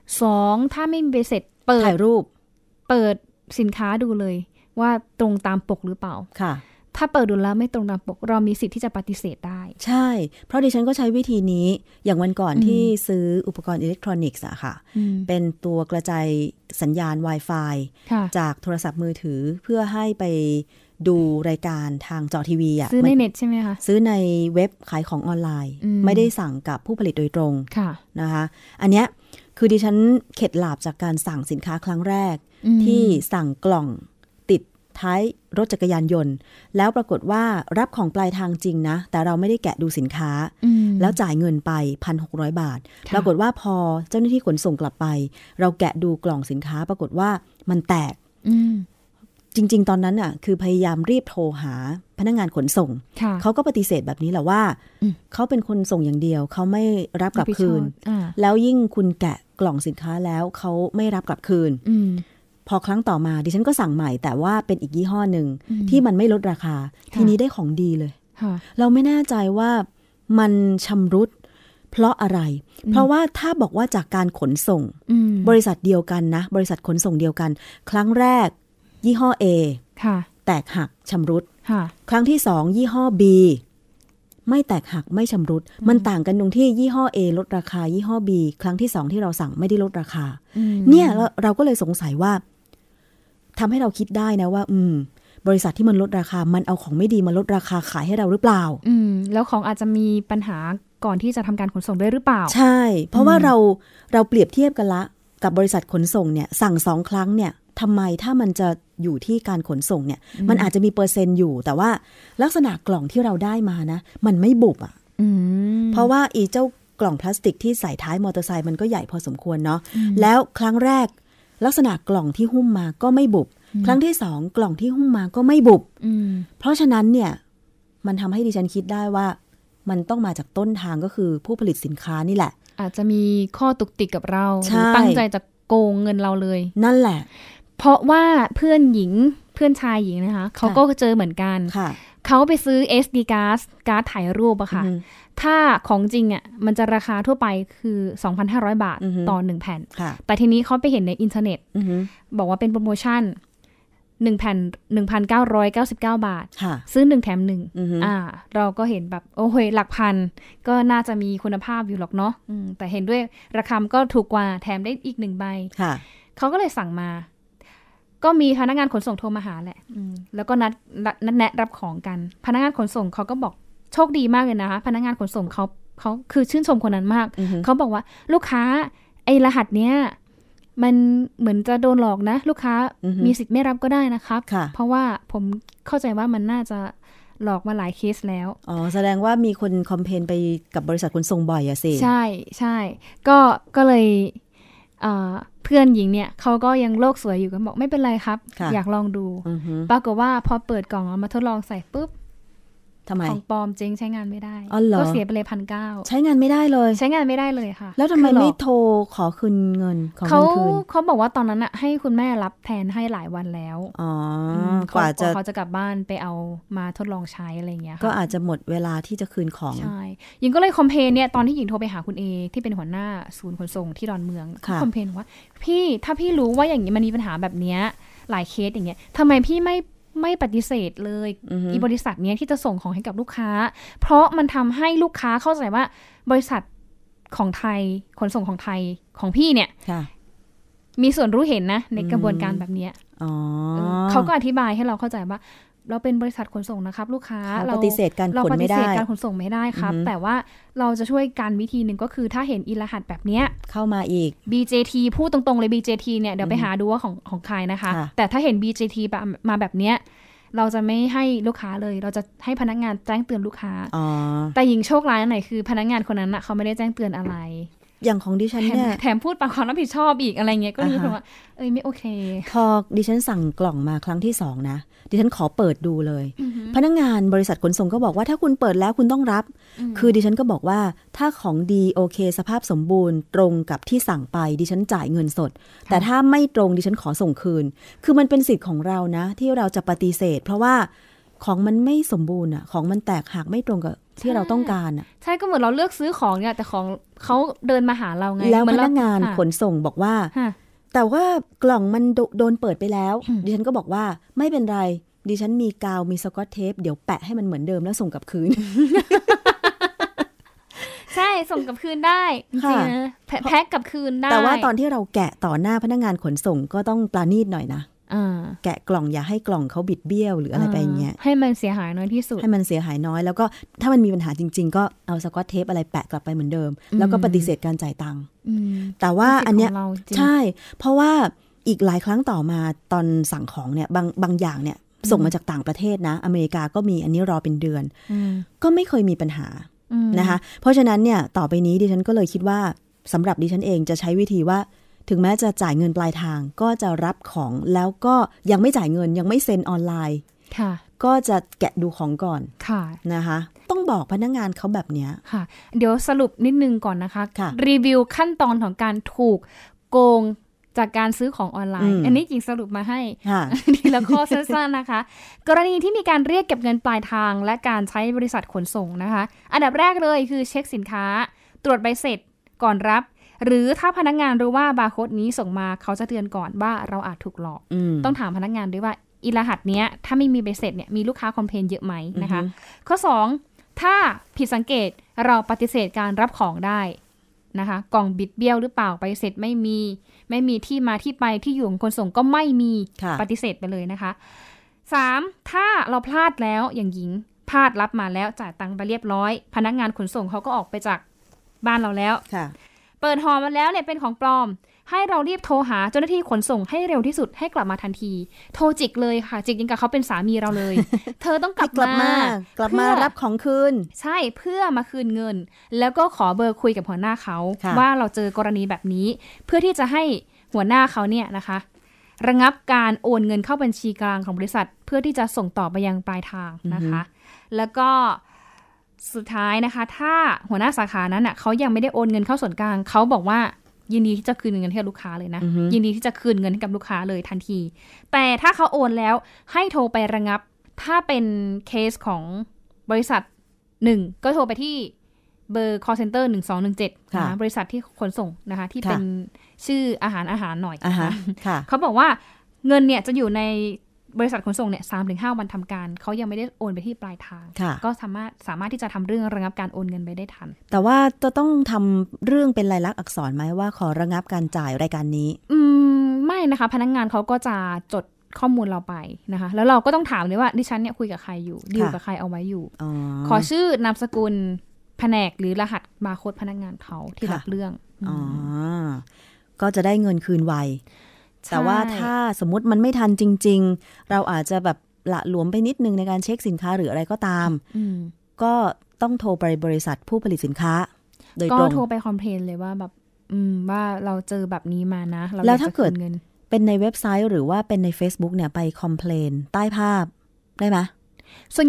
2ถ้าไม่มีใบเสร็จเปิดถ่ายรูปเปิดสินค้าดูเลยว่าตรงตามปกหรือเปล่าค่ะถ้าเปิดดูแล้วไม่ตรงตามปกเรามีสิทธิ์ที่จะปฏิเสธได้ใช่เพราะดิฉันก็ใช้วิธีนี้อย่างวันก่อนที่ซื้ออุปกรณ์อิเล็กทรอนิกส์อะค่ะเป็นตัวกระจายสัญญาณ Wi-Fi จากโทรศัพท์มือถือเพื่อให้ไปดูรายการทางจอทีวีอะซื้อในเน็ตใช่ไหมคะซื้อในเว็บขายของออนไลน์ไม่ได้สั่งกับผู้ผลิตโดยตรงนะคะอันเนี้ยคือดิฉันเข็ดหลาบจากการสั่งสินค้าครั้งแรกที่สั่งกล่องท้ายรถจักรยานยนต์แล้วปรากฏว่ารับของปลายทางจริงนะแต่เราไม่ได้แกะดูสินค้าแล้วจ่ายเงินไป 1,600 บาทปรากฏว่าพอเจ้าหน้าที่ขนส่งกลับไปเราแกะดูกล่องสินค้าปรากฏว่ามันแตกจริงๆตอนนั้นน่ะคือพยายามรีบโทรหาพนักงานขนส่งเขาก็ปฏิเสธแบบนี้แหละว่าเขาเป็นคนส่งอย่างเดียวเขาไม่รับกลับคืนแล้วยิ่งคุณแกะกล่องสินค้าแล้วเขาไม่รับกลับคืนพอครั้งต่อมาดิฉันก็สั่งใหม่แต่ว่าเป็นอีกยี่ห้อหนึ่งที่มันไม่ลดราคาทีนี้ได้ของดีเลยเราไม่แน่ใจว่ามันชำรุดเพราะอะไรเพราะว่าถ้าบอกว่าจากการขนส่งบริษัทเดียวกันนะบริษัทขนส่งเดียวกันครั้งแรกยี่ห้อ A แตกหักชำรุดครั้งที่2ยี่ห้อ B ไม่แตกหักไม่ชำรุดมันต่างกันตรงที่ยี่ห้อ A ลดราคายี่ห้อ B ครั้งที่2ที่เราสั่งไม่ได้ลดราคาเนี่ยเราก็เลยสงสัยว่าทำให้เราคิดได้นะว่าบริษัทที่มันลดราคามันเอาของไม่ดีมาลดราคาขายให้เราหรือเปล่าแล้วของอาจจะมีปัญหาก่อนที่จะทำการขนส่งด้วยหรือเปล่าใช่เพราะว่าเราเปรียบเทียบกันละกับบริษัทขนส่งเนี่ยสั่ง2ครั้งเนี่ยทำไมถ้ามันจะอยู่ที่การขนส่งเนี่ยมันอาจจะมีเปอร์เซ็นต์อยู่แต่ว่าลักษณะกล่องที่เราได้มานะมันไม่บุบอ่ะเพราะว่าอีเจ้ากล่องพลาสติกที่ใส่ท้ายมอเตอร์ไซค์มันก็ใหญ่พอสมควรเนาะแล้วครั้งแรกลักษณะกล่องที่หุ้มมาก็ไม่บุบครั้งที่2กล่องที่หุ้มมาก็ไม่บุบเพราะฉะนั้นเนี่ยมันทำให้ดิฉันคิดได้ว่ามันต้องมาจากต้นทางก็คือผู้ผลิตสินค้านี่แหละอาจจะมีข้อตุกติกกับเราหรือตั้งใจจะโกงเงินเราเลยนั่นแหละเพราะว่าเพื่อนชายหญิงนะคะเขาก็เจอเหมือนกันเขาไปซื้อ SDการ์ดถ่ายรูปอะค่ะถ้าของจริงอ่ะมันจะราคาทั่วไปคือ 2,500 บาทต่อ1แผ่นแต่ทีนี้เขาไปเห็นในอินเทอร์เน็ตบอกว่าเป็นโปรโมชั่น1แผ่น 1,999 บาทซื้อ1แถม1เราก็เห็นแบบโอ้โหหลักพันก็น่าจะมีคุณภาพอยู่หรอกเนาะแต่เห็นด้วยราคาก็ถูกกว่าแถมได้อีก1ใบเขาก็เลยสั่งมาก็มีพนักงานขนส่งโทรมาหาแหละแล้วก็นัดแนะรับของกันพนักงานขนส่งเขาก็บอกโชคดีมากเลยนะคะพนักงานขนส่งเขาคือชื่นชมคนนั้นมากเขาบอกว่าลูกค้าไอ้รหัสเนี้ยมันเหมือนจะโดนหลอกนะลูกค้ามีสิทธิ์ไม่รับก็ได้นะครับเพราะว่าผมเข้าใจว่ามันน่าจะหลอกมาหลายเคสแล้วแสดงว่ามีคนคอมเพลนไปกับบริษัทขนส่งบ่อยอะสิใช่ก็เลยเพื่อนหญิงเนี่ยเขาก็ยังโลกสวยอยู่กันบอกไม่เป็นไรครับอยากลองดูปรากฏว่าพอเปิดกล่องเอามาทดลองใส่ปุ๊บทำไมของปลอมเจ๊งใช้งานไม่ได้ก็เสียไปเลย1,900 ใช้งานไม่ได้เลยใช้งานไม่ได้เลยค่ะแล้วทำไมไม่โทรขอคืนเงินเขาบอกว่าตอนนั้นอะให้คุณแม่รับแทนให้หลายวันแล้วกว่าเขาจะกลับบ้านไปเอามาทดลองใช้อะไรเงี้ยก็อาจจะหมดเวลาที่จะคืนของใช่หญิงก็เลยคอมเพลนเนี่ยตอนที่หญิงโทรไปหาคุณเอที่เป็นหัวหน้าศูนย์ขนส่งที่ดอนเมืองก็คอมเพลนว่าพี่ถ้าพี่รู้ว่าอย่างนี้มันมีปัญหาแบบเนี้ยหลายเคสอย่างเงี้ยทำไมพี่ไม่ปฏิเสธเลยบริษัทนี้ที่จะส่งของให้กับลูกค้าเพราะมันทำให้ลูกค้าเข้าใจว่าบริษัทของไทยขนส่งของไทยของพี่เนี่ยมีส่วนรู้เห็นนะในกระบวนการแบบนี้เขาก็อธิบายให้เราเข้าใจว่าเราเป็นบริษัทขนส่งนะครับลูกค้าเราปฏิเสธการขนไม่ได้การขนส่งไม่ได้ครับแต่ว่าเราจะช่วยกันวิธีหนึ่งก็คือถ้าเห็นอีรหัสแบบนี้เข้ามาอีก BJT พูดตรงๆเลย BJT เนี่ยเดี๋ยวไปหาดูว่าของใครนะคะแต่ถ้าเห็น BJT มาแบบเนี้ยเราจะไม่ให้ลูกค้าเลยเราจะให้พนักงานแจ้งเตือนลูกค้าแต่หญิงโชคร้ายหน่อยคือพนักงานคนนั้นเขาไม่ได้แจ้งเตือนอะไรอย่างของดิฉันเนี่ยแถมพูดปากความรับผิดชอบอีกอะไรเงี้ยก็รู้สึกว่าไม่โอเคพอดิฉันสั่งกล่องมาครั้งที่2นะดิฉันขอเปิดดูเลยพนักงานบริษัทขนส่งก็บอกว่าถ้าคุณเปิดแล้วคุณต้องรับคือดิฉันก็บอกว่าถ้าของดีโอเคสภาพสมบูรณ์ตรงกับที่สั่งไปดิฉันจ่ายเงินสดแต่ถ้าไม่ตรงดิฉันขอส่งคืนคือมันเป็นสิทธิ์ของเรานะที่เราจะปฏิเสธเพราะว่าของมันไม่สมบูรณ์อ่ะของมันแตกหักไม่ตรงกับที่เราต้องการอ่ะใช่ก็เหมือนเราเลือกซื้อของเนี่ยแต่ของเขาเดินมาหาเราไงแล้วพนักงานขนส่งบอกว่าแต่ว่ากล่องมันโดนเปิดไปแล้วดิฉันก็บอกว่าไม่เป็นไรดิฉันมีกาวมีสกอตเทปเดี๋ยวแปะให้มันเหมือนเดิมแล้วส่งกลับคืนใช่ส่งกลับคืนได้จริงๆแพ็คกลับคืนได้แต่ว่าตอนที่เราแกะต่อหน้าพนักงานขนส่งก็ต้องปราณีตหน่อยนะแกะกล่องอย่าให้กล่องเขาบิดเบี้ยวหรืออะไรไปอย่างเงี้ยให้มันเสียหายน้อยที่สุดให้มันเสียหายน้อยแล้วก็ถ้ามันมีปัญหาจริงๆก็เอาสกอตเทปอะไรแปะกลับไปเหมือนเดิมแล้วก็ปฏิเสธการจ่ายตังค์แต่ว่าอันเนี้ยใช่เพราะว่าอีกหลายครั้งต่อมาตอนสั่งของเนี่ยบางอย่างเนี่ยส่งมาจากต่างประเทศนะอเมริกาก็มีอันนี้รอเป็นเดือนก็ไม่เคยมีปัญหานะคะเพราะฉะนั้นเนี่ยต่อไปนี้ดิฉันก็เลยคิดว่าสำหรับดิฉันเองจะใช้วิธีว่าถึงแม้จะจ่ายเงินปลายทางก็จะรับของแล้วก็ยังไม่จ่ายเงินยังไม่เซ็นออนไลน์ก็จะแกะดูของก่อนนะคะต้องบอกพนักงานเขาแบบนี้ค่ะเดี๋ยวสรุปนิดนึงก่อนนะคะรีวิวขั้นตอนของการถูกโกงจากการซื้อของออนไลน์อันนี้จริงสรุปมาให้ทีละข้อสั้นๆนะคะกรณีที่มีการเรียกเก็บเงินปลายทางและการใช้บริษัทขนส่งนะคะอันดับแรกเลยคือเช็คสินค้าตรวจใบเสร็จก่อนรับหรือถ้าพนักงานรู้ว่าบาร์โค้ดนี้ส่งมาเขาจะเตือนก่อนว่าเราอาจถูกหลอกต้องถามพนักงานด้วยว่าอีรหัสเนี้ยถ้าไม่มีใบเสร็จเนี่ยมีลูกค้าคอมเพลนเยอะไหมนะคะข้อ2ถ้าผิดสังเกตเราปฏิเสธการรับของได้นะคะกล่องบิดเบี้ยวหรือเปล่าใบเสร็จไม่มีที่มาที่ไปที่อยู่ของคนส่งก็ไม่มีปฏิเสธไปเลยนะคะ3ถ้าเราพลาดแล้วอย่างหญิงพลาดรับมาแล้วจ่ายตังค์ไปเรียบร้อยพนักงานขนส่งเขาก็ออกไปจากบ้านเราแล้วเปิดห่อมาแล้วเนี่ยเป็นของปลอมให้เรารีบโทรหาเจ้าหน้าที่ขนส่งให้เร็วที่สุดให้กลับมาทันทีโทรจิกเลยค่ะจิกยังกับเขาเป็นสามีเราเลย เธอต้องกลับมารับของคืนใช่เพื่อมาคืนเงินแล้วก็ขอเบอร์คุยกับหัวหน้าเขาว่าเราเจอกรณีแบบนี้เพื่อที่จะให้หัวหน้าเขาเนี่ยนะคะระงับการโอนเงินเข้าบัญชีกลางของบริษัทเพื่อที่จะส่งต่อไปยังปลายทางนะคะแล้วก็สุดท้ายนะคะถ้าหัวหน้าสาขานั้นเขายังไม่ได้โอนเงินเข้าส่วนกลางเขาบอกว่ายินดีที่จะคืนเงินให้ลูกค้าเลยนะยินดีที่จะคืนเงินให้กับลูกค้าเลยทันทีแต่ถ้าเขาโอนแล้วให้โทรไประงับถ้าเป็นเคสของบริษัท1ก็โทรไปที่เบอร์ call center 1217นะบริษัทที่ขนส่งนะคะที่เป็นชื่ออาหารหน่อยเขาบอกว่าเงินเนี่ยจะอยู่ในบริษัทขนส่งเนี่ย 3-5 วันทำการเขายังไม่ได้โอนไปที่ปลายทางก็สามารถที่จะทำเรื่องระงับการโอนเงินไปได้ทันแต่ว่าจะต้องทำเรื่องเป็นลายลักษณ์อักษรไหมว่าขอระงับการจ่ายรายการนี้ไม่นะคะพนักงานเขาก็จะจดข้อมูลเราไปนะคะแล้วเราก็ต้องถามเลยว่าดิฉันเนี่ยคุยกับใครอยู่ดีลกับใครเอาไว้อยู่ขอชื่อนามสกุลแผนกหรือรหัสบาร์โค้ดพนักงานเขาที่รับเรื่องก็จะได้เงินคืนไวแต่ว่าถ้าสมมติมันไม่ทันจริงๆเราอาจจะแบบละหลวมไปนิดนึงในการเช็คสินค้าหรืออะไรก็ตามก็ต้องโทรไปบริษัทผู้ผลิตสินค้าโดยตรงก็โทรไปคอมเพลนเลยว่าแบบว่าเราเจอแบบนี้มานะแล้วถ้าเกิดเป็นในเว็บไซต์หรือว่าเป็นใน Facebook เนี่ยไปคอมเพลนใต้ภาพได้ไหมส่วนใหญ่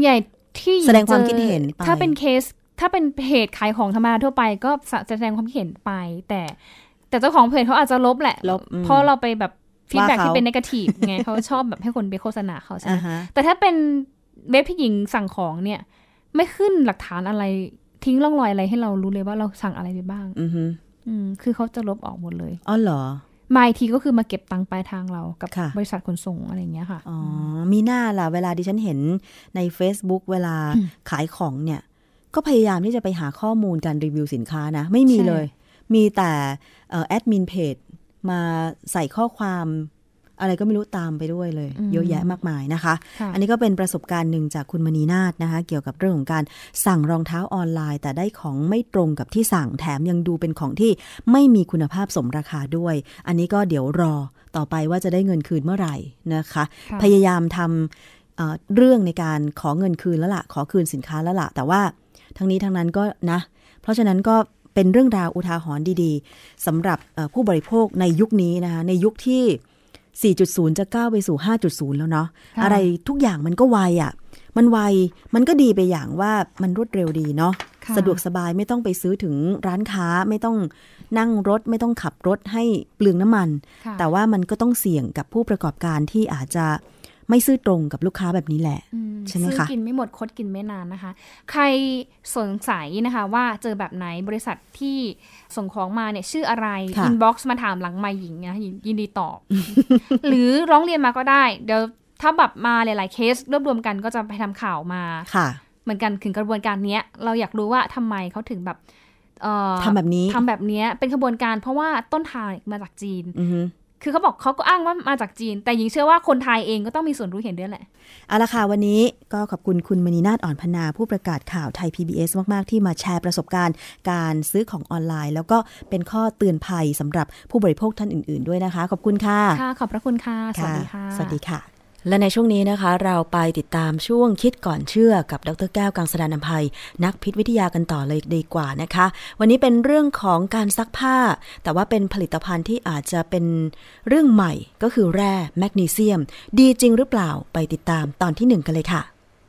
ที่แสดงความคิดเห็นไปถ้าเป็นเคสถ้าเป็นเพจขายของธรรมดาทั่วไปก็แสดงความคิดเห็นไปแต่เจ้าของเพจเขาอาจจะลบแหละเพราะเราไปแบบฟีดแบ็กที่เป็นเนกาทีฟไงเขาชอบแบบให้คนไปโฆษณาเขาใช่ไหมแต่ถ้าเป็นเว็บที่หญิงสั่งของเนี่ยไม่ขึ้นหลักฐานอะไรทิ้งร่องรอยอะไรให้เรารู้เลยว่าเราสั่งอะไรไปบ้างคือเขาจะลบออกหมดเลยอ๋อเหรอมาอีกทีก็คือมาเก็บตังค์ปลายทางเรากับบริษัทขนส่งอะไรอย่างเงี้ยค่ะอ๋อมีหน้าล่ะเวลาดิฉันเห็นใน Facebook เวลาขายของเนี่ยก็พยายามที่จะไปหาข้อมูลการรีวิวสินค้านะไม่มีเลยมีแต่แอดมินเพจมาใส่ข้อความอะไรก็ไม่รู้ตามไปด้วยเลยเยอะแยะมากมายนะคะอันนี้ก็เป็นประสบการณ์หนึ่งจากคุณมณีนาฏนะคะเกี่ยวกับเรื่องของการสั่งรองเท้าออนไลน์แต่ได้ของไม่ตรงกับที่สั่งแถมยังดูเป็นของที่ไม่มีคุณภาพสมราคาด้วยอันนี้ก็เดี๋ยวรอต่อไปว่าจะได้เงินคืนเมื่อไหร่นะคะพยายามทำเรื่องในการขอเงินคืนแล้วล่ะขอคืนสินค้าแล้วล่ะแต่ว่าทั้งนี้ทั้งนั้นก็นะเพราะฉะนั้นก็เป็นเรื่องราวอุทาหรณ์ดีๆสำหรับผู้บริโภคในยุคนี้นะคะในยุคที่4.0 จะก้าวไปสู่ 5.0 แล้วเนาะอะไรทุกอย่างมันก็ไวอ่ะมันไวมันก็ดีไปอย่างว่ามันรวดเร็วดีเนาะสะดวกสบายไม่ต้องไปซื้อถึงร้านค้าไม่ต้องนั่งรถไม่ต้องขับรถให้เปลืองน้ำมันแต่ว่ามันก็ต้องเสี่ยงกับผู้ประกอบการที่อาจจะไม่ซื่อตรงกับลูกค้าแบบนี้แหละใช่ไหมคะซื้อกินไม่หมดคดกินไม่นานนะคะใครสงสัยนะคะว่าเจอแบบไหนบริษัทที่ส่งของมาเนี่ยชื่ออะไรอินบ็อกซ์มาถามหลังไมค์หญิงนะยินดีตอบ หรือร้องเรียนมาก็ได้เดี๋ยวถ้าแบบมาหลายๆเคสรวบรวมกันก็จะไปทำข่าวมาเหมือนกันถึงกระบวนการนี้เราอยากรู้ว่าทำไมเขาถึงแบบทำแบบนี้เป็นขบวนการเพราะว่าต้นทางมาจากจีนคือเขาบอกเขาก็อ้างว่ามาจากจีนแต่หญิงเชื่อว่าคนไทยเองก็ต้องมีส่วนรู้เห็นด้วยแหละเอาละค่ะวันนี้ก็ขอบคุณคุณมณีนาฏอ่อนพนาผู้ประกาศข่าวไทย PBS มากๆที่มาแชร์ประสบการณ์การซื้อของออนไลน์แล้วก็เป็นข้อเตือนภัยสำหรับผู้บริโภคท่านอื่นๆด้วยนะคะขอบคุณค่ะค่ะขอบพระคุณค่ะสวัสดีค่ะสวัสดีค่ะและในช่วงนี้นะคะเราไปติดตามช่วงคิดก่อนเชื่อกับดร.แก้วกังสดาลอำไพนักพิษวิทยากันต่อเลยดีกว่านะคะวันนี้เป็นเรื่องของการซักผ้าแต่ว่าเป็นผลิตภัณฑ์ที่อาจจะเป็นเรื่องใหม่ก็คือแร่แมกนีเซียมดีจริงหรือเปล่าไปติดตามตอนที่1กันเลยค่ะ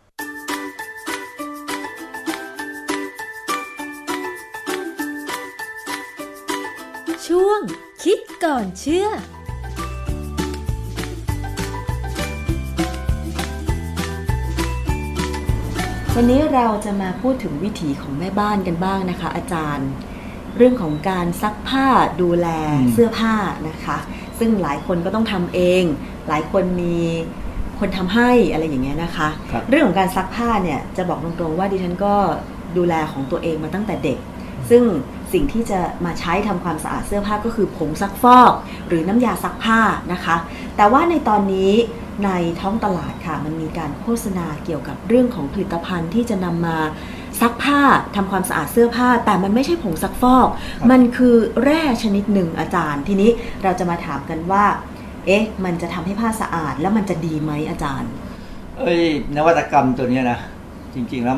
ช่วงคิดก่อนเชื่อวันนี้เราจะมาพูดถึงวิถีของแม่บ้านกันบ้างนะคะอาจารย์เรื่องของการซักผ้าดูแลเสื้อผ้านะคะซึ่งหลายคนก็ต้องทำเองหลายคนมีคนทำให้อะไรอย่างเงี้ยนะคะเรื่องของการซักผ้าเนี่ยจะบอกตรงๆว่าดิฉันก็ดูแลของตัวเองมาตั้งแต่เด็กซึ่งสิ่งที่จะมาใช้ทำความสะอาดเสื้อผ้าก็คือผงซักฟอกหรือน้ำยาซักผ้านะคะแต่ว่าในตอนนี้ในท้องตลาดค่ะมันมีการโฆษณาเกี่ยวกับเรื่องของผลิตภัณฑ์ที่จะนำมาซักผ้าทำความสะอาดเสื้อผ้าแต่มันไม่ใช่ผงซักฟอกมันคือแร่ชนิดหนึ่งอาจารย์ทีนี้เราจะมาถามกันว่ามันจะทำให้ผ้าสะอาดแล้วมันจะดีไหมอาจารย์นวัตกรรมตัวนี้นะจริงๆแล้ว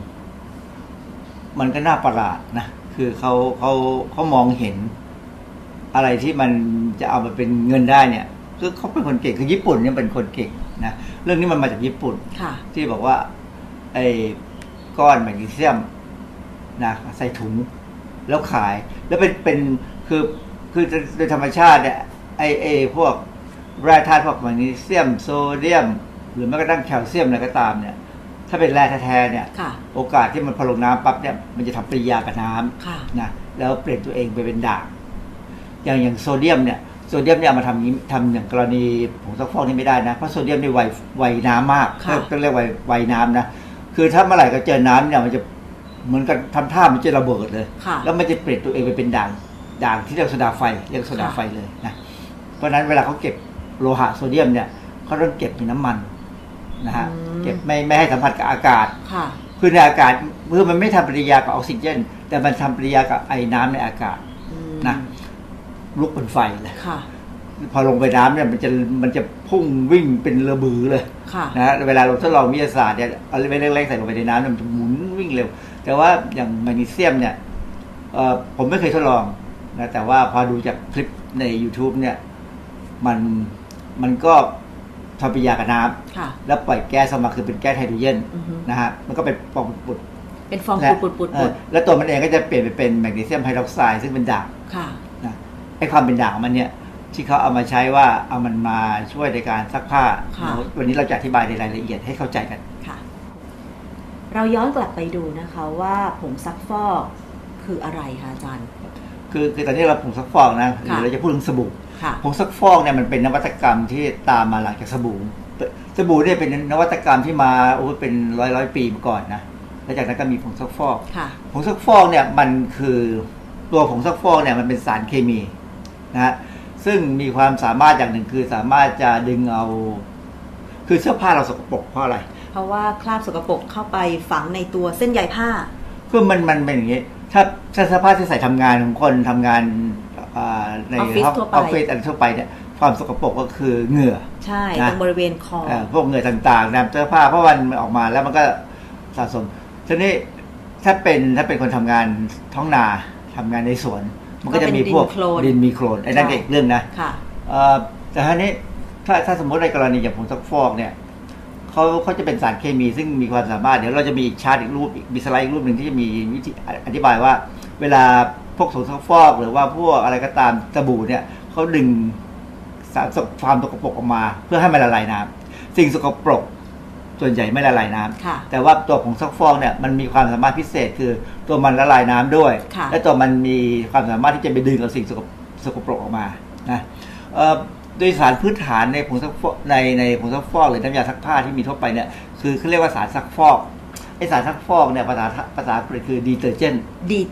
มันก็น่าประหลาดนะคือเขามองเห็นอะไรที่มันจะเอามาเป็นเงินได้เนี่ยคือเขาเป็นคนเก่งคือญี่ปุ่นเนี่ยเป็นคนเก่งนะเรื่องนี้มันมาจากญี่ปุ่นที่บอกว่าไอ้ก้อนแมกนีเซียมนะใส่ถุงแล้วขายแล้วเป็นคือโดยธรรมชาติเนี่ยไอ้พวกแร่ธาตุพวกแมกนีเซียมโซเดียมหรือแม้กระทั่งแคลเซียมอะไรก็ตามเนี่ยถ้าเป็นแร่แท้ๆเนี่ยโอกาสที่มันพอลงน้ำปั๊บเนี่ยมันจะทำปฏิกิริยากับน้ำนะแล้วเปลี่ยนตัวเองไปเป็นด่างอย่างโซเดียมเนี่ยมาทำอย่างกรณีผงซักฟอกนี่ไม่ได้นะเพราะโซเดียมนี่ไวน้ำมากต้องเรียกไวน้ำนะคือถ้าเมื่อไหร่ก็เจอน้ำเนี่ยมันจะเหมือนกับทำท่ามันจะระเบิดเลยแล้วมันจะเปลี่ยนตัวเองไปเป็นด่างที่เรียกโซดาไฟเลยนะเพราะฉะนั้นเวลาเขาเก็บโลหะโซเดียมเนี่ยเขาต้องเก็บในน้ำมันนะฮะเก็บไม่ให้สัมผัสกับอากาศคือในอากาศเมื่อมันไม่ทำปฏิกิริยากับออกซิเจนแต่มันทำปฏิกิริยากับไอ้น้ำในอากาศนะลุกเป็นไฟเลยพอลงไปน้ำเนี่ยมันจะพุ่งวิ่งเป็นระบือเลยนะเวลาเราทดลองวิทยาศาสตร์เนี่ยเอาเล็กๆใส่ลงไปในน้ำมันจะหมุนวิ่งเร็วแต่ว่าอย่างแมกนีเซียมเนี่ยผมไม่เคยทดลองนะแต่ว่าพอดูจากคลิปใน YouTube เนี่ยมันก็ทอร์ปิยากับน้ำแล้วปล่อยแก๊สออกมาคือเป็นแก๊สไฮโดรเจนนะฮะมันก็เป็นฟองปุดเป็นฟองปุดแล้วตัวมันเองก็จะเปลี่ยนไปเป็นแมกนีเซียมไฮดรอกไซด์ซึ่งเป็นด่างนะไอ้ความเป็นด่างของมันเนี่ยที่เขาเอามาใช้ว่าเอามันมาช่วยในการซักผ้าวันนี้เราจะอธิบายในรายละเอียดให้เข้าใจกันค่ะเราย้อนกลับไปดูนะคะว่าผงซักฟอกคืออะไรคะอาจารย์คือตอนนี้เราผงซักฟอกนะเราจะพูดถึงสบู่ผงซักฟอกเนี่ยมันเป็นนวัตกรรมที่ตามมาหลังจากสบู่เนี่ยเป็นนวัตกรรมที่มาเป็นร้อยปีมาก่อนนะแล้วจากนั้นก็มีผงซักฟอกผงซักฟอกเนี่ยมันคือตัวผงซักฟอกเนี่ยมันเป็นสารเคมีนะซึ่งมีความสามารถอย่างหนึ่งคือสามารถจะดึงเอาคือเสื้อผ้าเราสกปรกเพราะอะไรเพราะว่าคราบสกปรกเข้าไปฝังในตัวเส้นใยผ้าคือมันเป็นอย่างนี้ถ้าเสื้อผ้าที่ใส่ทำงานของคนทำงานในออฟฟิศอะไรทั่วไปเนี่ยความสกปรกก็คือเหงื่อใช่ตรงบริเวณคอพวกเหงื่อต่างๆนะเสื้อผ้าเพราะมันออกมาแล้วมันก็สะสมทีนี้ถ้าเป็นคนทำงานท้องนาทำงานในสวนมันก็จะมีพวกดินมีโคลนไอ้นั่นอีกเรื่องนะแต่ทีนี้ถ้าสมมติในกรณีอย่างผงซักฟอกเนี่ยเขาจะเป็นสารเคมีซึ่งมีความสามารถเดี๋ยวเราจะมีชาร์ตอีกรูปมีสไลด์อีกรูปหนึ่งที่จะมีวิธีอธิบายว่าเวลาพวกผงซักฟอกหรือว่าพวกอะไรก็ตามสบู่เนี่ยเขาดึงสารความสกปรกออกมาเพื่อให้มันละลายน้ำสิ่งสกปรกส่วนใหญ่ไม่ละลายน้ำแต่ว่าตัวผงซักฟอกเนี่ยมันมีความสามารถพิเศษคือตัวมันละลายน้ำด้วยและตัวมันมีความสามารถที่จะไปดึงเอาสิ่งสกปรกออกมานะโดยสารพื้นฐานในผงซักฟอกในผงซักฟอกหรือน้ำยาซักผ้าที่มีทั่วไปเนี่ยคือเขาเรียกว่าสารซักฟอกไอสารซักฟอกเนี่ยภาษาอังกฤษคือดีเทอร์เจนต์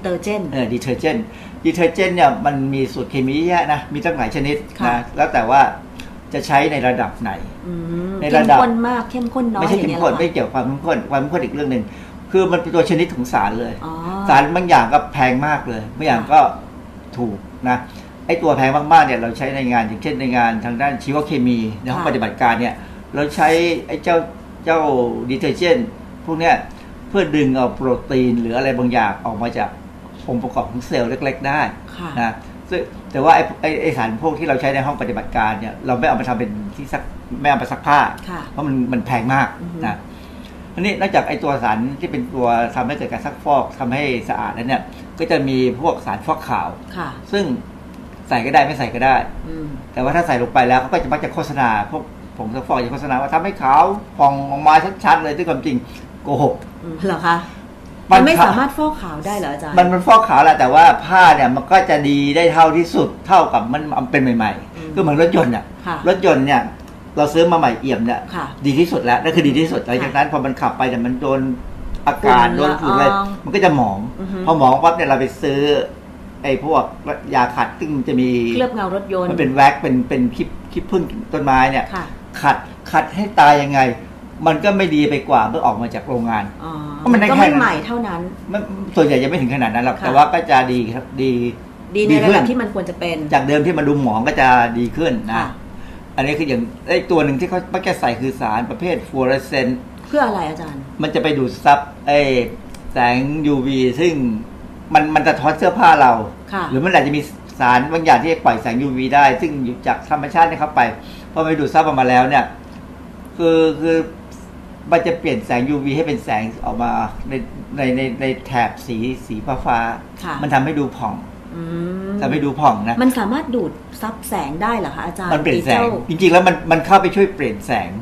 เนี่ยมันมีสูตรเคมีเยอะนะมีตั้งหลายชนิดนะแล้วแต่ว่าจะใช้ในระดับไหนในระดับเข้มข้นมากเข้มข้นน้อยไม่ใช่เข้มข้นไม่เกี่ยวกับความเข้มข้นอีกเรื่องนึงคือมันเป็นตัวชนิดของสารเลยสารบางอย่างก็แพงมากเลยบางอย่างก็ถูกนะไอ้ตัวแพงมากๆเนี่ยเราใช้ในงานอย่างเช่นในงานทางด้านชีวเคมีในห้องปฏิบัติการเนี่ยเราใช้ไอ้เจ้าดีเทอร์เจนต์พวกเนี้ยเพื่อดึงเอาโปรตีนหรืออะไรบางอย่างออกมาจากองค์ประกอบของเซลล์เล็กๆได้นะแต่ว่าไอ้สารพวกที่เราใช้ในห้องปฏิบัติการเนี่ยเราไม่เอามาทำเป็นที่ซักไม่เอามาซักผ้าเพราะมันแพงมากนะทีนี้นอกจากไอ้ตัวสารที่เป็นตัวทำให้เกิดการซักฟอกทำให้สะอาดแล้วเนี่ยก็จะมีพวกสารฟอกขาวซึ่งใส่ก็ได้ไม่ใส่ก็ได้แต่ว่าถ้าใส่ลงไปแล้วเขาก็จะมักจะโฆษณาพวกผงซักฟอกจะโฆษณาว่าทำให้ขาวผ่องออกมาชัดๆเลยที่ความจริงโกหกเหรอคะมันไม่สามารถฟอกขาวได้เหรออาจารย์มันฟอกขาวแหละแต่ว่าผ้าเนี่ยมันก็จะดีได้เท่าที่สุดเท่ากับมันเป็นใหม่ๆก็เหมือนรถยนต์เนี่ยรถยนต์เนี่ยเราซื้อมาใหม่เอี่ยมเนี่ยดีที่สุดแล้วนั่นคือดีที่สุดหลังจากนั้นพอมันขับไปเนี่ยมันโดนอากาศโดนฝุ่นอะไรมันก็จะหมองพอหมองปั๊บเนี่ยเราไปซื้อไอ้พวกยาขัดซึ่งจะมีเคลือบเงารถยนต์มันเป็นแว็กเป็นขี้ผึ้งต้นไม้เนี่ยขัดให้ตายยังไงมันก็ไม่ดีไปกว่าเมื่อออกมาจากโรงงานเพราะมันก็ไม่ใหม่เท่านั้นส่วนใหญ่จะไม่ถึงขนาดนั้นหรอกแต่ว่าก็จะดีครับดีในระดับที่มันควรจะเป็นจากเดิมที่มันดูหมองก็จะดีขึ้นนะอันนี้คืออย่างไอ้ตัวหนึ่งที่เขาไม่แก้ใส่คือสารประเภทฟลูออเรสเซนต์เพื่ออะไรอาจารย์มันจะไปดูดซับไอ้แสง UV ซึ่งมันจะทอดเสื้อผ้าเราหรือมันอาจจะมีสารบางอย่างที่ปล่อยแสง UV ได้ซึ่งจากธรรมชาติเข้าไปพอไปดูดซับออกมาแล้วเนี่ยคือมันจะเปลี่ยนแสง UV ให้เป็นแสงออกมาในแถบสีฟ้ามันทำให้ดูผ่องทำให้ดูผ่องนะมันสามารถดูดซับแสงได้เหรอคะอาจารย์มันเปลี่ยนแสงจริงๆแล้วมันเข้าไปช่วยเปลี่ยนแสง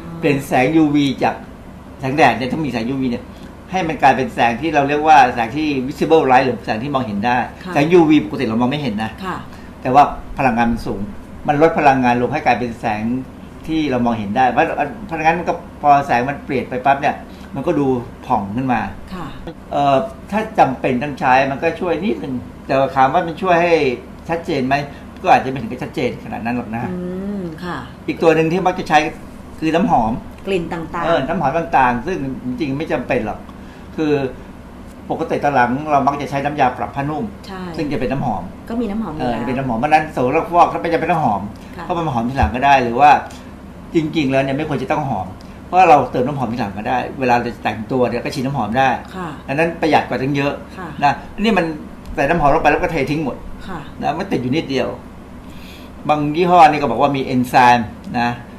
UV จากแสงแดดเนี่ยถ้ามีแสง UV เนี่ยให้มันกลายเป็นแสงที่เราเรียกว่าแสงที่ visible light หรือแสงที่มองเห็นได้แสง UV ปกติเรามองไม่เห็นนะแต่ว่าพลังงานมันสูงมันลดพลังงานลงให้กลายเป็นแสงที่เรามองเห็นได้เพราะงั้นมันก็พอแสงมันเปลี่ยนไปปั๊บเนี่ยมันก็ดูผ่องขึ้นมาถ้าจำเป็นต้องใช้มันก็ช่วยนิดนึงแต่ถามว่ามันช่วยให้ชัดเจนไหมก็อาจจะไม่ถึงกับชัดเจนขนาดนั้นหรอกนะอีกตัวหนึ่งที่มักจะใช้คือน้ำหอมกลิ่นต่างๆน้ำหอมต่างๆซึ่งจริงๆไม่จำเป็นหรอกคือปกติตอนหลังเรามักจะใช้น้ำยาปรับผ้านุ่มซึ่งจะเป็นน้ำหอมก็มีน้ำหอมเป็นน้ำหอมเพราะนั้นโสรฟอกถ้าไม่จำเป็นต้องหอมเพราะมันหอมทีหลังก็ได้หรือว่าจริงๆแล้วเนี่ยไม่ควรจะต้องหอมเพราะเราเติมน้ำหอมทีหลังก็ได้เวลาเราจะแต่งตัวเนี่ยก็ฉีดน้ำหอมได้ดังนั้นประหยัดกว่าตั้งเยอะนะนี่มันใส่น้ำหอมลงไปแล้วก็เททิ้งหมดนะมันติดอยู่นิดเดียวบางยี่ห้อนี่ก็บอกว่ามีเอนไซม์นะ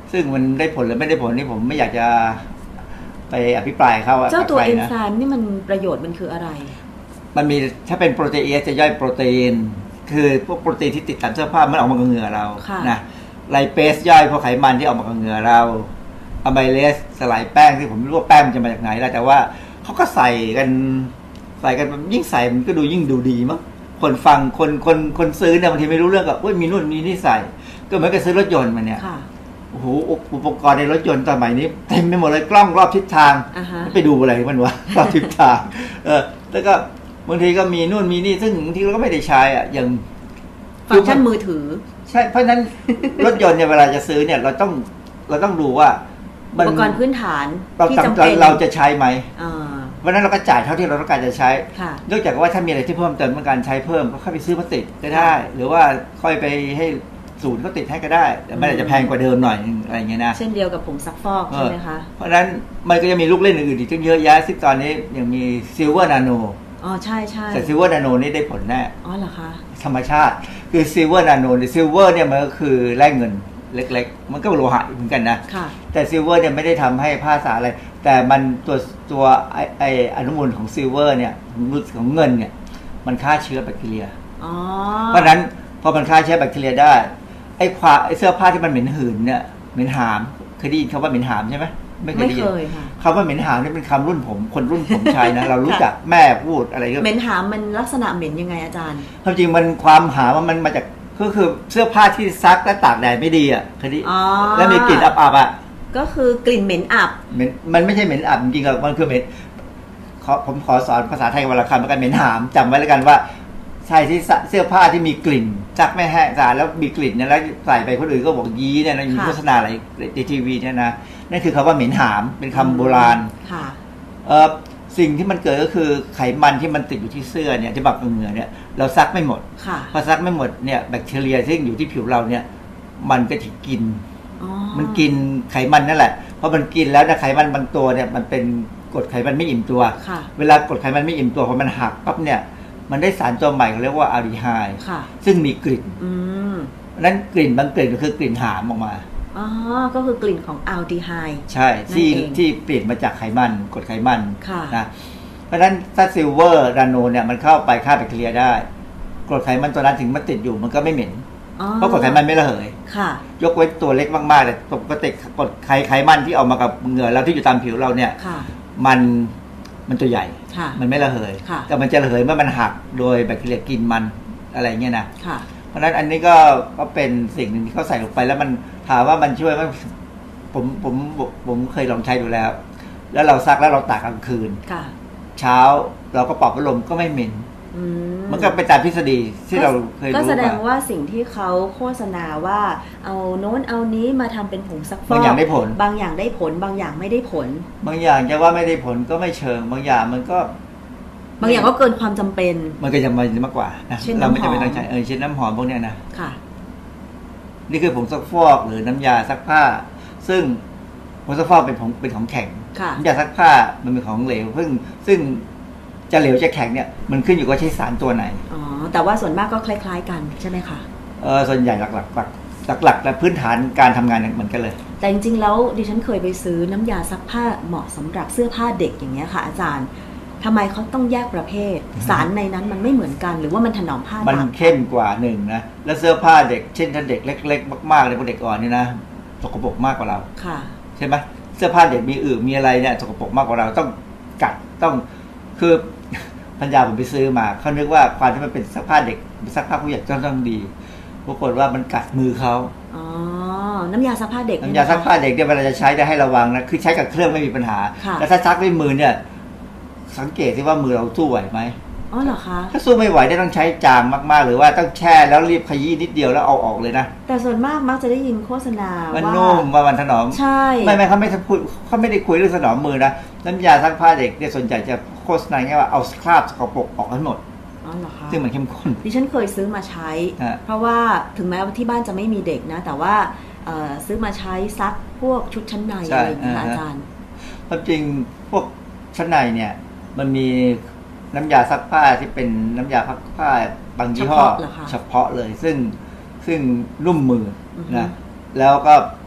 ซึ่งมันได้ผลหรือไม่ได้ผลนี่ผมไม่อยากจะไปอภิปรายเขาเจ้าตัวเอนไซม์นี่มันประโยชน์มันคืออะไรมันมีถ้าเป็นโปรตีนจะย่อยโปรตีนคือพวกโปรตีนที่ติดตามเสื้อผ้ามันออกมากับเหงื่อเรานะไลเปสย่อยพวกไขมันที่ออกมากับเหงื่อเราอะไมเลสสลายแป้งที่ผมไม่รู้ว่าแป้งมันจะมาจากไหนแล้วแต่ว่าเขาก็ใส่กันยิ่งใส่มันก็ดูยิ่งดูดีมั้งคนฟังคนซื้อเนี่ยบางทีไม่รู้เรื่องกับมีนู่นมีนี่ใส่ก็เหมือนกับซื้อรถยนต์มันเนี่ยโอ้โหอุปกรณ์ในรถยนต์สมัยนี้เต็มไปหมดเลยกล้องรอบทิศทางไปดูอะไรมันวะรอบทิศทางแล้วก็บางทีก็มีนู่นมีนี่ซึ่งบางทีเราก็ไม่ได้ใช้อ่ะอย่างฟังก์ชันมือถือใช่เพราะฉะนั้นรถยนต์เนี่ยเวลาจะซื้อเนี่ยเราต้องดูว่าอุปกรณ์พื้นฐานที่จำเป็นเราจะใช้ไหมเพราะนั้นเราก็จ่ายเท่าที่เราต้องการจะใช้นอกจากว่าถ้ามีอะไรที่เพิ่มเติมต้องการใช้เพิ่มก็ค่อยไปซื้อพลาสติกก็ได้หรือว่าค่อยไปให้ศูนย์เขาติดให้ก็ได้แต่ไม่ได้จะแพงกว่าเดิมหน่อยอะไรอย่างเงี้ยนะเช่นเดียวกับผงซักฟอกใช่ไหมคะเพราะฉะนั้นมันก็จะมีลูกเล่นอื่นๆอีกเยอะแยะซึ่งตอนนี้ยังมีซิลเวอร์นาโนอ๋อใช่ใช่แต่ซิลเวอร์นาโนนี่ได้ผลแน่อ๋อเหรอคะธรรมชาติคือซิลเวอร์นาโนซิลเวอร์เนี่ยมันก็คือแร่เงินเล็กๆมันก็โลหะเหมือนกันนะแต่ซิลเวอร์เนี่ยไม่ได้ทำให้ผ้าสะอาดอะไรแต่มันตัวไออนุมูลของซิลเวอร์เนี่ยของเงินเนี่ยมันฆ่าเชื้อแบคทีเรียเพราะฉะนั้นพอมันฆ่าเชื้อแบคทีเรียได้ไอเสื้อผ้าที่มันเหม็นหืนเนี่ยเหม็นหามเคยได้ยินคำว่าเหม็นหามใช่ไหมไม่เคยค่ะคำว่าเหม็นหามนี่เป็นคำรุ่นผมคนรุ่นผมใช้นะเรารู้จักแม่พูดอะไรก็เหม็นหามมันลักษณะเหม็นยังไงอาจารย์ความจริงมันความหามมันมาจากก็คือเสื้อผ้าที่ซักและตากแดดไม่ดีอ่ะคดีแล้วมีกลิ่นอับๆอ่ะก็คือกลิ่นเหม็นอับมันไม่ใช่เหม็นอับจริงๆมันคือเหม็นผมขอสอนภาษาไทยวันละคำแล้วกันเหม็นหามจำไว้แล้วกันว่าใส่ที่เสื้อผ้าที่มีกลิ่นซักไม่แห้งสะอาดแล้วมีกลิ่นเนี่ยแล้วใส่ไปคนอื่นก็บอกยี้เนี่ยนะมีโฆษณาอะไรในทีวีเนี่ยนะนั่นคือคำว่าเหม็นหามเป็นคำโบราณสิ่งที่มันเกิดก็คือไขมันที่มันติดอยู่ที่เสื้อเนี่ยที่บักเหงื่อเนี่ยเราซักไม่หมดพอซักไม่หมดเนี่ยแบคทีเรียที่อยู่ที่ผิวเราเนี่ยมันก็จะกินมันกินไขมันนั่นแหละเพราะมันกินแล้วนะไขมันบางตัวเนี่ยมันเป็นกรดไขมันไม่อิ่มตัวเวลากรดไขมันไม่อิ่มตัวพอมันหักปั๊บเนี่ยมันได้สารตัวใหม่เขาเรียกว่าอะลดีไฮด์ซึ่งมีกลิ่นนั้นกลิ่นบางกลิ่นก็คือกลิ่นหามออกมาอ๋อก็คือกลิ่นของอะลดีไฮด์ใช่ที่เปลี่ยนมาจากไขมันกรดไขมันนะเพราะฉะนั้นถ้าซิลเวอร์นาโนเนี่ยมันเข้าไปฆ่าแบคทีเรียได้กรดไขมันตัวนั้นถึงมันติดอยู่มันก็ไม่เหม็นเพราะกรดไขมันไม่ระเหยยกเว้นตัวเล็กมากๆแต่ปกติกรดไขมันที่ออกมากับเหงื่อเราที่อยู่ตามผิวเราเนี่ยมันตัวใหญ่มันไม่ระเหยแต่มันจะระเหยเมื่อมันหักโดยแบคทีเรียกินมันอะไรเงี้ยนะเพราะฉะนั้นอันนี้ก็เป็นสิ่งหนึ่งที่เขาใส่ลงไปแล้วมันถามว่ามันช่วยไหมผมเคยลองใช้ดูแล้วเราซักแล้วเราตากกลางคืนเช้าเราก็ปรับพัดลมก็ไม่เหม็นมันก็เป็นตามทฤษฎีที่เราเคยรู้ก็แสดงว่าสิ่งที่เขาโฆษณาว่าเอาโน้นเอานี้มาทำเป็นผงซักฟอกบางอย่างได้ผลบางอย่างได้ผลบางอย่างไม่ได้ผลบางอย่างจะว่าไม่ได้ผลก็ไม่เชิงบางอย่างมันก็บางอย่างก็เกินความจำเป็นมันก็จะมากกว่านะเราไม่จำเป็นต้องใช้เช่นน้ำหอมพวกนี้นะค่ะนี่คือผงซักฟอกหรือน้ำยาซักผ้าซึ่งผงซักฟอกเป็นของแข็งน้ำยาซักผ้ามันเป็นของเหลวซึ่งจะเหลวจะแข็งเนี่ยมันขึ้นอยู่กับใช้สารตัวไหนอ๋อแต่ว่าส่วนมากก็คล้ายๆกันใช่ไหมคะส่วนใหญ่หลักและพื้นฐานการทำงานเหมือนกันเลยแต่จริงๆแล้วดิฉันเคยไปซื้อน้ำยาซักผ้าเหมาะสำหรับเสื้อผ้าเด็กอย่างเงี้ยค่ะอาจารย์ทำไมเขาต้องแยกประเภทสารในนั้นมันไม่เหมือนกันหรือว่ามันถนอมผ้ามันเข้มกว่าหนึ่งนะแล้วเสื้อผ้าเด็กเช่นถ้าเด็กเล็กๆมากๆเลยพวกเด็กอ่อนนี่นะสกปรกมากกว่าเราค่ะใช่ไหมเสื้อผ้าเด็กมีมีอะไรเนี่ยสกปรกมากกว่าเราต้องกัดต้องคือปัญญาผมไปซื้อมาเขานึกว่าความที่มันเป็นซักผ้าเด็กซักผ้าผู้ใหญ่ต้องดีปรากฏว่ามันกัดมือเขาอ๋อน้ำยาซักผ้าเด็กน้ำยาซักผ้าเด็กเนี่ยเวลาจะใช้ได้ให้ระวังนะคือใช้กับเครื่องไม่มีปัญหาแต่ถ้าซักด้วยมือเนี่ยสังเกตที่ว่ามือเราสู้ไหวไหมอ๋อเหรอคะถ้าสู้ไม่ไหวได้ต้องใช้จางมากๆหรือว่าต้องแช่แล้วรีบขยี้นิดเดียวแล้วเอาออกเลยนะแต่ส่วนมากมักจะได้ยินโฆษณาว่ามันนุ่มว่ามันถนอมใช่ไม่เขาไม่ได้คุยเรื่องถนอมมือนะน้ำยาซักผ้าเด็กเนี่ยส่วนใหญ่จะโฆษณาแค่ว่าเอาคราบสกปรกออกให้หมดอ๋อเหรอคะซึ่งมันเข้มข้นดิฉันเคยซื้อมาใช้เพราะว่าถึงแม้ว่าที่บ้านจะไม่มีเด็กนะแต่ว่าซื้อมาใช้ซักพวกชุดชั้นในอะไรอย่างเงี้ยอาจารย์ความจริงพวกชั้นในเนี่ยมันมีน้ำยาซักผ้าที่เป็นน้ำยาซักผ้าบางยี่ห้อเฉพาะเลยซึ่งนุ่มมือนะแล้วก็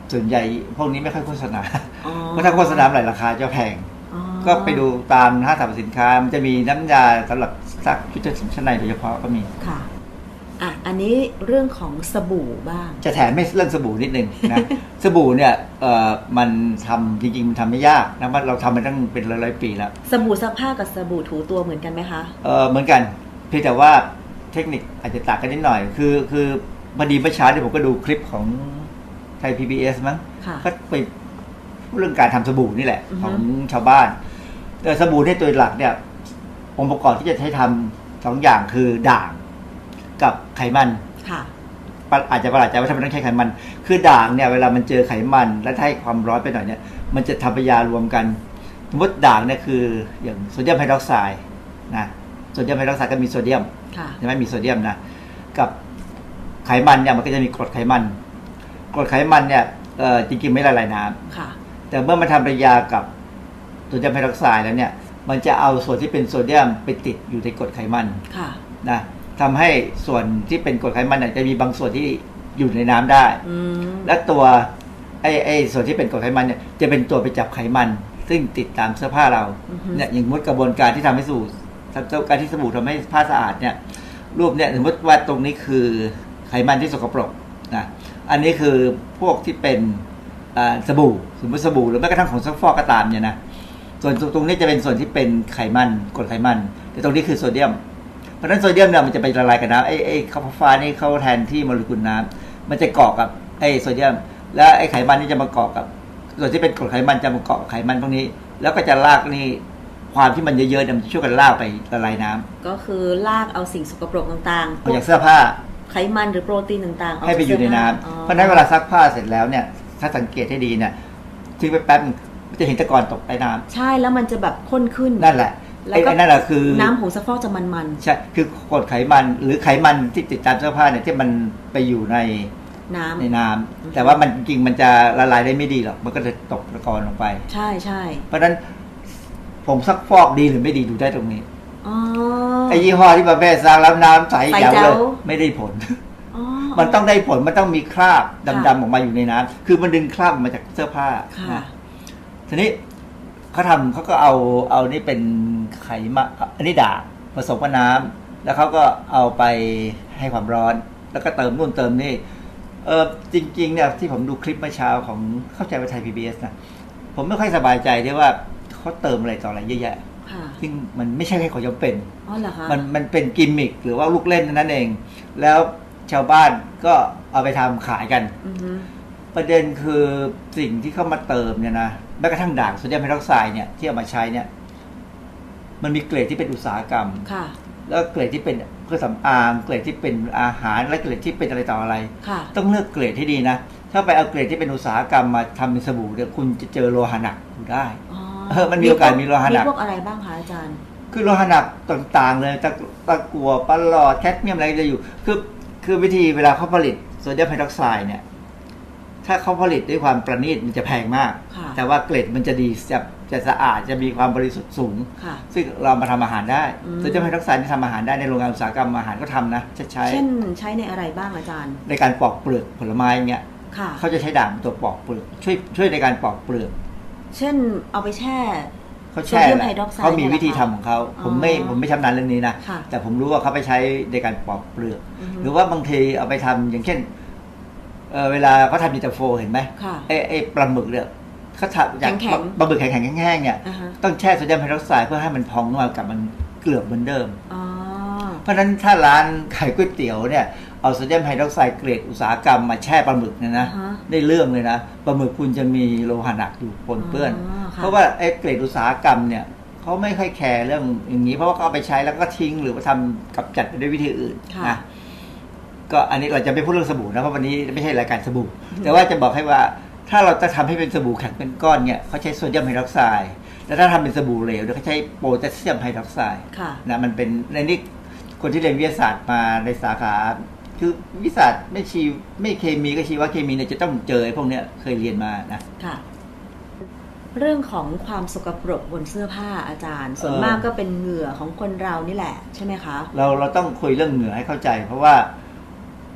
ส่วนใหญ่พวกนี้ไม่ค่อยโฆษณาเพราะถ้าโฆษณาหลายราคาจะแพงก็ไปดูตามห้างสรรพสินค้ามันจะมีน้ำยาสำหรับซักชุดชั้นในโดยเฉพาะก็มีค่ะอันนี้เรื่องของสบู่บ้างจะแถมไม่เรื่องสบู่นิดนึงนะ สบู่เนี่ยมันทำจริงๆมันทำไม่ยากนะว่าเราทำมาตั้งเป็นร้อยๆปีแล้วสบู่ซักผ้ากับสบู่ถูตัวเหมือนกันไหมคะเหมือนกันเพียงแต่ว่าเทคนิคอาจจะต่างกันนิดหน่อยคือพอดีเมื่อเช้าที่ผมก็ดูคลิปของไทย PBS มั้งก็ไปเรื่องการทำสบู่นี่แหละของชาวบ้านแต่สบู่ที่ตัวหลักเนี่ยองค์ประกอบที่จะใช้ทำ2อย่างคือด่างกับไขมันอาจจะประหลาดใจว่าทำไมต้องใช้ไขมันคือด่างเนี่ยเวลามันเจอไขมันและให้ความร้อนไปหน่อยเนี่ยมันจะทำปฏิกิริยารวมกันสมมติด่างเนี่ยคืออย่างโซเดียมไฮดรอกไซด์นะโซเดียมไฮดรอกไซด์ก็มีโซเดียมใช่ไหมมีโซเดียมนะกับไขมันเนี่ยมันก็จะมีกรดไขมันเนี่ยจริงๆไม่ละลายน้ำแต่เมื่อมันทำปฏิกิริยากับโซเดียมไฮดรอกไซด์แล้วเนี่ยมันจะเอาส่วนที่เป็นโซเดียมไปติดอยู่ในกรดไขมันนะทำให้ส่วนที่เป็นกรดไขมันเนี่ยจะมีบางส่วนที่อยู่ในน้ำได้และตัวไอ้ส่วนที่เป็นกรดไขมันเนี่ยจะเป็นตัวไปจับไขมันซึ่งติดตามเสื้อผ้าเราเนี่ยอย่างมุดกระบวนการที่ทำให้การที่สบู่ทำให้ผ้าสะอาดเนี่ยรูปเนี่ยสมมติว่าตรงนี้คือไขมันที่สกปรกนะอันนี้คือพวกที่เป็นสบู่สมมติสบู่หรือแม้กระทั่งของซักฟอกก็ตามเนี่ยนะส่วนตรงนี้จะเป็นส่วนที่เป็นไขมันกรดไขมันแต่ตรงนี้คือโซเดียมเพราะฉะนั้นโซเดียมเนี่ยมันจะไปละลายกับน้ำไอ้ข้าวฟ้านี่เข้าแทนที่โมเลกุลน้ำมันจะเกาะกับไอ้โซเดียมแล้วไอ้ไขมันนี่จะมาเกาะกับส่วนที่เป็นกรดไขมันจะมาเกาะไขมันพวกนี้แล้วก็จะลากนี่ความที่มันเยอะๆมันจะช่วยกันลากไปละลายน้ำก็คือลากเอาสิ่งสกปรกต่างๆออกจากเสื้อผ้าไขมันหรือโปรตีนต่างๆให้ไปอยู่ในน้ำเพราะฉะนั้นเวลาซักผ้าเสร็จแล้วเนี่ยถ้าสังเกตให้ดีเนี่ยทิ้งไปแป๊บจะเห็นตะกอนตกใต้น้ำใช่แล้วมันจะแบบข้นขึ้นนั่นแหละแล้วก็นั่นแหละคือน้ำผงซักฟอกจะมันๆใช่คือกรดไขมันหรือไขมันที่ติดตามเสื้อผ้าเนี่ยที่มันไปอยู่ในน้ำแต่ว่ามันจริงมันจะละลายได้ไม่ดีหรอกมันก็จะตกตะกอนลงไปใช่ใช่เพราะฉะนั้นผงซักฟอกดีหรือไม่ดีดูได้ตรงนี้ไอ้ยี่ห้อที่ประเภทซักแล้วน้ำใสแจ๋วเลยไม่ได้ผลมันต้องได้ผลมันต้องมีคราบดำๆออกมาอยู่ในน้ำคือมันดึงคราบมาจากเสื้อผ้าทีนี้เขาก็เอานี่เป็นไขมันอันนี้ด่างผสมกับน้ำแล้วเขาก็เอาไปให้ความร้อนแล้วก็เติมนู่นเติมนี่จริงๆเนี่ยที่ผมดูคลิปเมื่อเช้าของเข้าใจว่าไทย PBS นะผมไม่ค่อยสบายใจที่ว่าเขาเติมอะไรต่ออะไรเยอะแยะซึ่งมันไม่ใช่แค่ของจำเป็นมันเป็นกิมมิคหรือว่าลูกเล่นนั่นเองแล้วชาวบ้านก็เอาไปทำขายกันประเด็นคือสิ่งที่เข้ามาเติมเนี่ยนะแม้กระทั่งด่างโซเดียมไฮดรอกไซด์เนี่ยที่เอามาใช้เนี่ยมันมีเกรดที่เป็นอุตสาหกรรมแล้วเกรดที่เป็นเครื่องสำอางเกรดที่เป็นอาหารและเกรดที่เป็นอะไรต่ออะไรต้องเลือกเกรดที่ดีนะถ้าไปเอาเกรดที่เป็นอุตสาหกรรมมาทำเป็นสบู่เนี่ยคุณจะเจอโลหะหนักอยู่ได้มันมีโอกาสมีโลหะหนักมีพวกอะไรบ้างคะอาจารย์คือโลหะหนักต่างๆเลยตะกั่วปลาหลอดแคดเมียมอะไรจะอยู่คือวิธีเวลาเขาผลิตโซเดียมไฮดรอกไซด์เนี่ยถ้าเขาผลิตด้วยความประณีตมันจะแพงมากแต่ว่าเกรดมันจะดีจะสะอาดจะมีความบริสุทธิ์สูงซึ่งเรามาทำอาหารได้โซเดียมไฮดรอกไซด์ที่ทำอาหารได้ในโรงงานอุตสาหกรรมอาหารก็ทำนะเช่นใช้ในอะไรบ้างอาจารย์ในการปอกเปลือกผลไม้เงี้ยเขาจะใช้ด่างตัวปอกเปลือกช่วยในการปอกเปลือกเช่นเอาไปแช่เขาแช่เขามีวิธีทำของเขาผมไม่ชำนาญเรื่องนี้นะแต่ผมรู้ว่าเขาไปใช้ในการปอกเปลือกหรือว่าบางทีเอาไปทำอย่างเช่นเวลาเขาทำยินตาโฟเห็นไหมไอ้ปลาหมึกเนี่ยเขาทำอย่างปลาหมึกแข็งๆแห้งๆเนี่ยต้องแช่โซเดียมไฮดรอกไซด์เพื่อให้มันพองขึ้นมากับมันเกลือบเหมือนเดิมเพราะฉะนั้นถ้าร้านขายก๋วยเตี๋ยวเนี่ยเอาโซเดียมไฮดรอกไซด์เกรดอุตสาหกรรมมาแช่ปลาหมึกเนี่ยนะได้เรื่องเลยนะปลาหมึกคุณจะมีโลหะหนักอยู่ปนเปื้อนเพราะว่าไอ้เกรดอุตสาหกรรมเนี่ยเขาไม่ค่อยแคร์เรื่องอย่างนี้เพราะว่าเขาเอาไปใช้แล้วก็ทิ้งหรือว่าทำกำจัดไปด้วยวิธีอื่นนะก็อันนี้เราจะไม่พูดเรื่องสบู่นะเพราะวันนี้ไม่ใช่รายการสบู่แต่ว่าจะบอกให้ว่าถ้าเราจะทำให้เป็นสบู่แข็งเป็นก้อนเนี่ยเขาใช้โซเดียมไฮดรอกไซด์แล้วถ้าทำเป็นสบู่เหลวเขาใช้โพแทสเซียมไฮดรอกไซด์นะมันเป็นในนี้คนที่เรียนวิทยาศาสตร์มาในสาขาคือวิทยาศาสตร์ไม่เคมีก็ชีวเคมีเนี่ยจะต้องเจอพวกเนี้ยเคยเรียนมานะค่ะเรื่องของความสกปรกบนเสื้อผ้าอาจารย์ส่วนมากก็เป็นเหงื่อของคนเรานี่แหละใช่ไหมคะเราต้องคุยเรื่องเหงื่อให้เข้าใจเพราะว่า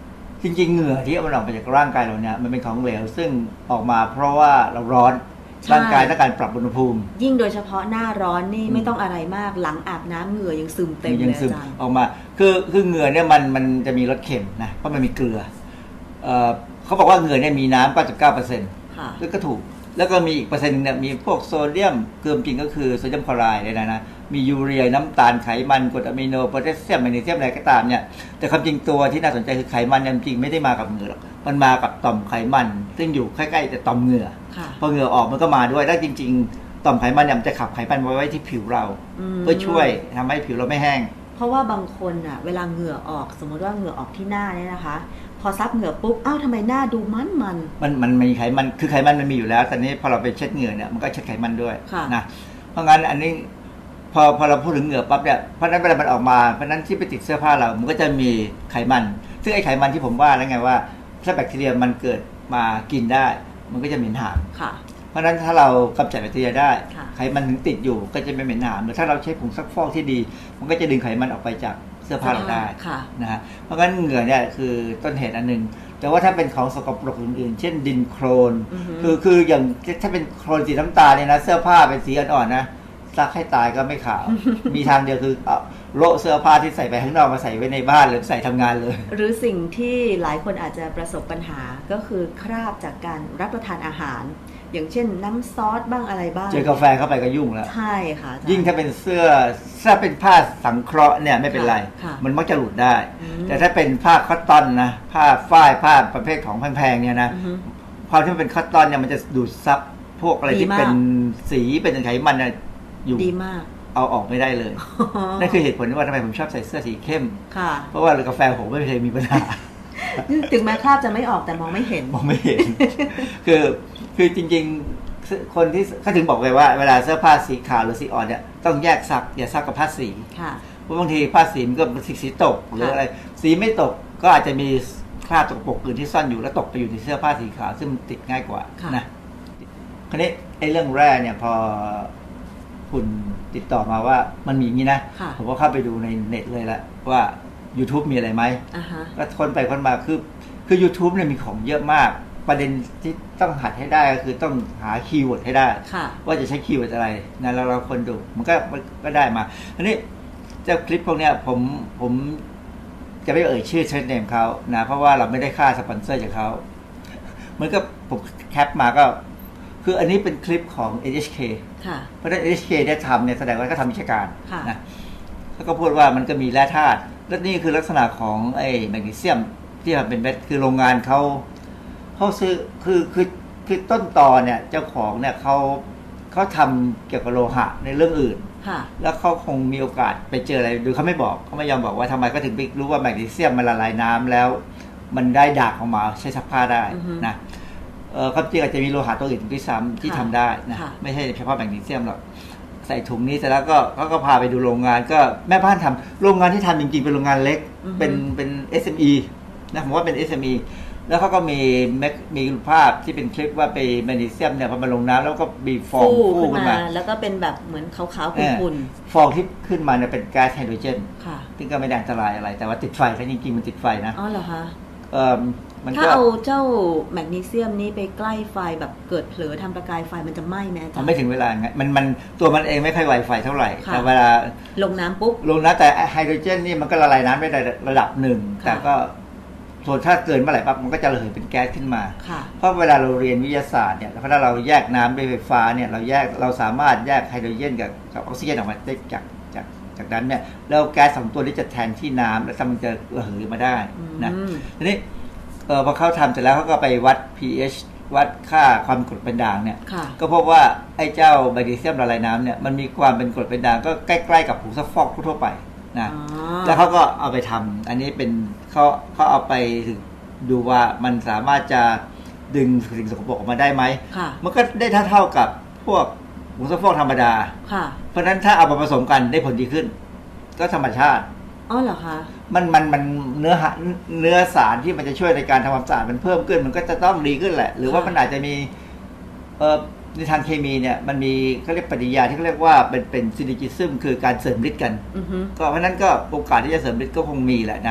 จริงๆเหงื่อที่มันออกมาจากร่างกายเราเนี่ยมันเป็นของเหลวซึ่งออกมาเพราะว่าเราร้อนร่างกายต้องการปรับอุณหภูมิยิ่งโดยเฉพาะหน้าร้อนนี่ไม่ต้องอะไรมากหลังอาบน้ำเหงื่อยังซึมเต็มเลยอาจารย์ออกมาคือเหงื่อเนี่ยมันจะมีรสเค็มนะเพราะมันมีเกลือเขาบอกว่าเหงื่อเนี่ยมีน้ำ 99% ค่ะก็ถูกแล้วก็มีอีกเปอร์เซ็นต์เนี่ยมีพวกโซเดียมเกลือจริงก็คือโซเดียมคลอไรด์เนี่ยนะมียูเรียน้ำตาลไขมันกรดอะมิโนโพแทสเซียมแมกนีเซียมอะไรก็ตามเนี่ยแต่ความจริงตัวที่น่าสนใจคือไขมันจริงไม่ได้มากับเหงื่อหรอกมันมากับต่อมไขมันซึ่งอยู่ใกล้ๆแต่ต่อมเหงื่อพอเหงื่อออกมันก็มาด้วยแล้วจริงๆต่อมไขมันเนี่ยมันจะขับไขมันไว้ที่ผิวเราเพื่อช่วยทำให้ผิวเราไม่แห้งเพราะว่าบางคนอ่ะเวลาเหงื่อออกสมมติว่าเหงื่อออกที่หน้าเนี่ยนะคะพอซับเหงื่อปุ๊บอ้าวทำไมหน้าดูมันมีไขมันคือไขมันมันมีอยู่แล้วแต่นี้พอเราไปเช็ดเหงื่อเนี่ยมันก็เช็ดไขมันด้วยนะเพราะงั้นอันนี้พอเราพูดถึงเหงื่อปั๊บเนี่ยเพราะนั้นเวลามันออกมาเพราะนั้นที่ไปติดเสื้อผ้าเรามันก็จะมีไขมันซึ่งไอ้ไขมันที่ผมว่าแล้วไงว่าถ้าแบคทีเรียมันเกิดมากินได้มันก็จะเหม็นหามเพราะฉะนั้นถ้าเรากำจัดแบคทีเรียได้ไขมันถึงติดอยู่ก็จะไม่เหม็นหามหรือถ้าเราใช้ผงซักฟอกที่ดีมันก็จะดึงไขมันออกไปจากเสื้อผ้าเราได้นะฮะเพราะงั้นเหงื่อเนี่ยคือต้นเหตุอันนึงแต่ว่าถ้าเป็นของสกปรกอื่นๆเช่นดินโคลนคืออย่างถ้าเป็นโคลนสีน้ำตาลเนี่ยนะเสื้อผ้าเป็นสีอ่อนๆนะซักให้ตายก็ไม่ขาวมีทางเดียวคือโละเสื้อผ้าที่ใส่ไปข้างนอกมาใส่ไว้ในบ้านหรือใส่ทำงานเลยหรือสิ่งที่หลายคนอาจจะประสบปัญหาก็คือคราบจากการรับประทานอาหารอย่างเช่นน้ำซอสบ้างอะไรบ้างเจอกาแฟเข้าไปก็ยุ่งแล้วใช่ค่ะยิ่งถ้าเป็นเสื้อถ้าเป็นผ้าสังเคราะห์เนี่ยไม่เป็นไรมันมักจะหลุดได้แต่ถ้าเป็นผ้าคอตตอนนะผ้าฝ้ายผ้าประเภทของแพงๆเนี่ยนะความที่มันเป็นคอตตอนเนี่ยมันจะดูดซับพวกอะไรที่เป็นสีเป็นไขมันเนี่ยอยู่ดีมากเอาออกไม่ได้เลยนั่นคือเหตุผลที่ว่าทำไมผมชอบใส่เสื้อสีเข้มเพราะว่ากาแฟผมไม่เคยมีปัญหาถึงแม้คราบจะไม่ออกแต่มองไม่เห็นคือจริงๆคนที่เขาถึงบอกไว้ว่าเวลาเสื้อผ้าสีขาวหรือสีอ่อนเนี่ยต้องแยกซักอย่าซักกับผ้าสีเพราะบางทีผ้าสีมันก็สีตกหรืออะไรสีไม่ตกก็อาจจะมีคราบตกปกอื่นที่ซ่อนอยู่แล้วตกไปอยู่ในเสื้อผ้าสีขาวซึ่งมันติดง่ายกว่านะคราวนี้ไอ้เรื่องแร่เนี่ยพอคุณติดต่อมาว่ามันมีอย่างนี้นะผมก็เข้าไปดูในเน็ตเลยละว่า YouTube มีอะไรไหมก็คนไปคนมาคือ YouTube เนี่ยมีของเยอะมากประเด็นที่ต้องหัดให้ได้ก็คือต้องหาคีย์เวิร์ดให้ได้ว่าจะใช้คีย์เวิร์ดอะไรนะแล้วเราคนดูมันก็ได้มาอันนี้เจ้าคลิปพวกเนี้ยผมจะไม่เอ่ยชื่อเทรนด์เนมเขานะเพราะว่าเราไม่ได้ค่าสปอนเซอร์จากเขาเหมือนกับผมแคปมาก็คืออันนี้เป็นคลิปของ NHK เพราะฉะนั้น NHK ได้ทำเนี่ยแสดงว่าก็ทำวิชาการนะแล้วก็พูดว่ามันก็มีแร่ธาตุและนี่คือลักษณะของไอ้แมกนีเซียมที่ทำเป็นเม็ดคือโรงงานเขาซื้อคือต้นตอเนี่ยเจ้าของเนี่ยเขาทำเกี่ยวกับโลหะในเรื่องอื่นแล้วเขาคงมีโอกาสไปเจออะไรดูเขาไม่บอกเขาไม่ยอมบอกว่าทำไมก็ถึงไปรู้ว่าแมกนีเซียมมันละลายน้ำแล้วมันได้ดากออกมาใช้ซักผ้าได้นะความจริงอาจจะมีโลหะตัวอื่นด้วยซ้ำที่ทำได้นะไม่ใช่เฉพาะแมกนีเซียมหรอกใส่ถุงนี้เสร็จแล้วก็เขาก็พาไปดูโรงงานก็แม่บ้านทำโรงงานที่ทำจริงๆเป็นโรงงานเล็กเป็น SME นะผมว่าเป็น SME แล้วเขาก็มีภาพที่เป็นคลิปว่าไปแมกนีเซียมเนี่ยพอมาลงน้ำแล้วก็มีฟองฟูขึ้นมาแล้วก็เป็นแบบเหมือนขาวๆขุ่นๆฟองที่ขึ้นมาเนี่ยเป็นก๊าซไฮโดรเจนซึ่งก็ไม่ได้อันตรายอะไรแต่ว่าติดไฟถ้าจริงๆมันติดไฟนะอ๋อเหรอคะถ้าเอาเจ้าแมกนีเซียมนี้ไปใกล้ไฟแบบเกิดเผลอทำประกายไฟมันจะไหม้ไหมอาจารย์ไม่ถึงเวลาไงมันตัวมันเองไม่ค่อยไหวไฟเท่าไหร่แต่เวลาลงน้ำปุ๊บลงน้ำแต่ไฮโดรเจนนี่มันก็ละลายน้ำได้ระดับหนึ่งแต่ก็ส่วนถ้าเกินเมื่อไหร่ปั๊บมันก็จะระเหยเป็นแก๊สขึ้นมาเพราะเวลาเราเรียนวิทยาศาสตร์เนี่ยถ้าเราแยกน้ำด้วยไฟฟ้าเนี่ยเราสามารถแยกไฮโดรเจนกับออกซิเจนออกมาได้จากนั้นเนี่ยแล้วแก๊สสองตัวนี้จะแทนที่น้ำแล้วมันจะระเหยมาได้นะทีนี้พอเขาทำเสร็จแล้วเขาก็ไปวัด pH วัดค่าความกรดเป็นด่างเนี่ยก็พบว่าไอ้เจ้าแมกนีเซียมละลายน้ำเนี่ยมันมีความเป็นกรดเป็นด่างก็ใกล้ๆกับผงซักฟอกทั่วไปนะแล้วเขาก็เอาไปทำอันนี้เป็นเขาเอาไปดูว่ามันสามารถจะดึงสิ่งสกปรกออกมาได้ไหมมันก็ได้เท่ากับพวกผงซักฟอกธรรมดาเพราะฉะนั้นถ้าเอามาผสมกันได้ผลดีขึ้นก็ธรรมชาติอ๋อเหรอคะมันเนื้อสารที่มันจะช่วยในการทำความสะอาดมันเพิ่มขึ้นมันก็จะต้องดีขึ้นแหละหรือว่ามันอาจจะมีในทางเคมีเนี่ยมันมีเขาเรียกปฏิกิริยาที่เขาเรียกว่าเป็นซินิจิซึมคือการเสริมฤทธิ์กันก็เพราะนั้นก็โอกาสที่จะเสริมฤทธิ์ก็คงมีแหละนะ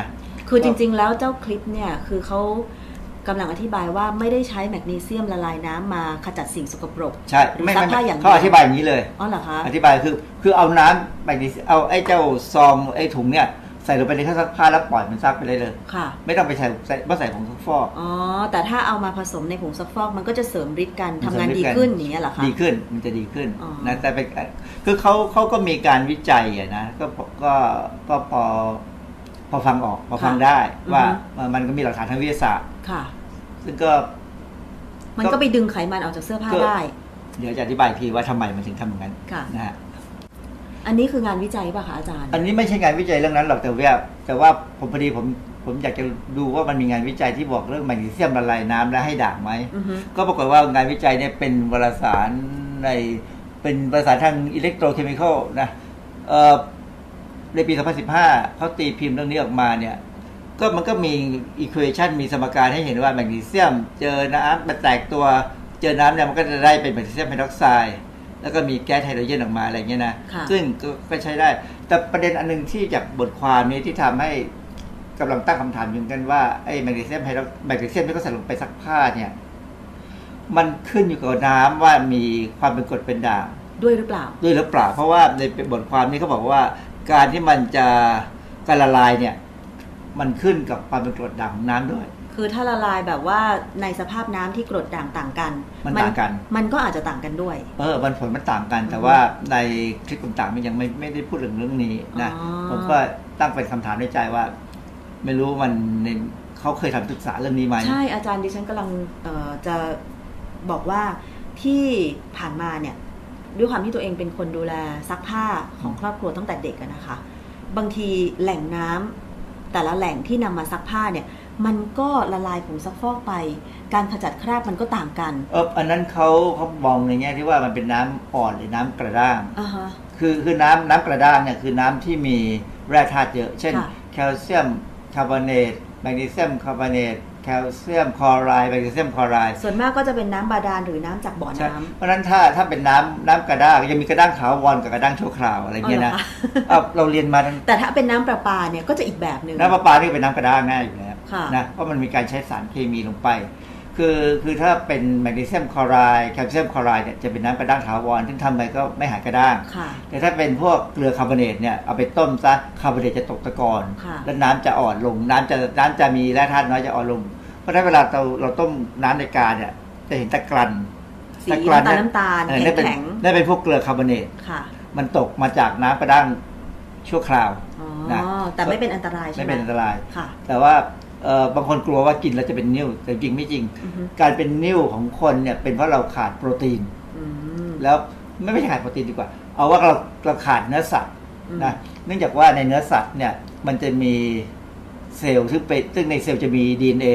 คือจริงๆแล้วเจ้าคลิปเนี่ยคือเขากำลังอธิบายว่าไม่ได้ใช้แมกนีเซียมละลายน้ำมาขจัดสิ่งสกปรกใช่ไม่ซักผ้าอย่างเขาอธิบายอย่างนี้เลยอ๋อเหรอคะอธิบายคือเอาน้ำแมกนีเซียมเอาไอ้เจ้าซองไอ้ถุงเนี่ยใส่ลงไปในเครื่องซักผ้าแล้วปล่อยมันซักไปเลยค่ะไม่ต้องไปใส่ผงซักฟอกอ๋อแต่ถ้าเอามาผสมในผงซักฟอกมันก็จะเสริมฤทธิ์กันทำงานดีขึ้นอย่างเงี้ยเหรอคะดีขึ้นมันจะดีขึ้นนะแต่เป็นคือเขาก็มีการวิจัยนะก็พอฟังออกพอฟังได้ว่ามันก็มีหลักฐานทางวิทยาศาสตร์ค่ะซึ่งก็มันก็ไปดึงไขมันออกจากเสื้อผ้าได้เดี๋ยวจะอธิบายทีว่าทำไมมันถึงทำอย่างนั้นนะฮะอันนี้คืองานวิจัยป่ะคะอาจารย์อันนี้ไม่ใช่งานวิจัยเรื่องนั้นหรอกแต่ว่าพอดีผมอยากจะดูว่ามันมีงานวิจัยที่บอกเรื่องแมกนีเซียมละลายน้ำและให้ด่างไหมก็ปรากฏว่างานวิจัยเนี่ยเป็นวารสารเป็นวารสารทางอิเล็กโทรเคมีคอลนะในปี 2015 เขาตีพิมพ์เรื่องนี้ออกมาเนี่ยก็มันก็มีอีควอชันมีสมการให้เห็นว่าแมกนีเซียมเจอน้ำมันแตกตัวเจอน้ำเนี่ยมันก็จะได้เป็นแมกนีเซียมไฮดรอกไซด์แล้วก็มีแก๊สไฮโดรเจนออกมาอะไรเงี้ยนะซึ่งก็ใช้ได้แต่ประเด็นอันนึงที่จากบทความนี้ที่ทำให้กำลังตั้งคำถามอยู่กันว่าไอ้แมกนีเซียมที่เขาใส่ลงไปซักผ้าเนี่ยมันขึ้นอยู่กับน้ำว่ามีความเป็นกรดเป็นด่างด้วยหรือเปล่าเพราะว่าในบทความนี้เขาบอกว่าการที่มันจะการละลายเนี่ยมันขึ้นกับความเป็นกรดด่างของน้ำด้วยคือถ้าละลายแบบว่าในสภาพน้ำที่กรดด่างต่างกันมันต่างกันมันก็อาจจะต่างกันด้วยมันผลมันต่างกันแต่ว่าในคลิปต่างๆมันยังไม่ได้พูดเรื่องนี้นะผมก็ตั้งเป็นคำถามในใจว่าไม่รู้มันเขาเคยทำศึกษาเรื่องนี้ไหมใช่อาจารย์ดิฉันกำลังจะบอกว่าที่ผ่านมาเนี่ยด้วยความที่ตัวเองเป็นคนดูแลซักผ้าของครอบครัวตั้งแต่เด็กนะคะบางทีแหล่งน้ำแต่ละแหล่งที่นำมาซักผ้าเนี่ยมันก็ละลายผงซักฟอกไปการขจัดคราบมันก็ต่างกันอันนั้นเขามองในแง่ที่ว่ามันเป็นน้ำอ่อนหรือน้ำกระด้างคือน้ำกระด้างเนี่ยคือน้ำที่มีแร่ธาตุเยอะเช่นแคลเซียมคาร์บอเนตแมกนีเซียมคาร์บอเนตแคลเซียมคลอไรด์แมกนีเซียมคลอไรด์ส่วนมากก็จะเป็นน้ำบาดาลหรือน้ำจากบ่อน้ำเพราะฉะนั้นถ้าเป็นน้ำกระด้างยังมีกระด้างถาวรกับกระด้างชั่วคราวอะไรเงี้ยนะเราเรียนมาแต่ถ้าเป็นน้ำประปาเนี่ยก็จะอีกแบบนึงน้ำประปานี่เป็นน้ำกระด้างง่ายอยู่แล้วนะเพราะมันมีการใช้สารเคมีลงไปคือถ้าเป็นแมกนีเซียมคลอไรด์แคลเซียมคลอไรด์เนี่ยจะเป็นน้ำกระด้างถาวรซึ่งทำไปก็ไม่หายกระด้างแต่ถ้าเป็นพวกเกลือคาร์บอเนตเนี่ยเอาไปต้มซะคาร์บอเนตจะตกตะกอนแล้วน้ำจะอ่อนลงน้ำจะมีแร่ธาตุน้อยจะอ่อนลงเพราะฉะนั้นเวลาเราต้มน้ำในกาเนี่ยจะเห็นตะกรันสีน้ำตาลแข็งนั่นเป็นพวกเกลือคาร์บอเนตมันตกมาจากน้ำกระด้างชั่วคราวนะแต่ไม่เป็นอันตรายใช่ไหมไม่เป็นอันตรายแต่ว่าบางคนกลัวว่ากินแล้วจะเป็นนิ่วแต่จริงไม่จริงการเป็นนิ่วของคนเนี่ยเป็นเพราะเราขาดโปรตีนแล้วไม่ใช่ขาดโปรตีนดีกว่าเอาว่าเราขาดเนื้อสัตว์นะเนื่องจากว่าในเนื้อสัตว์เนี่ยมันจะมีเซลล์ซึ่งในเซลล์จะมี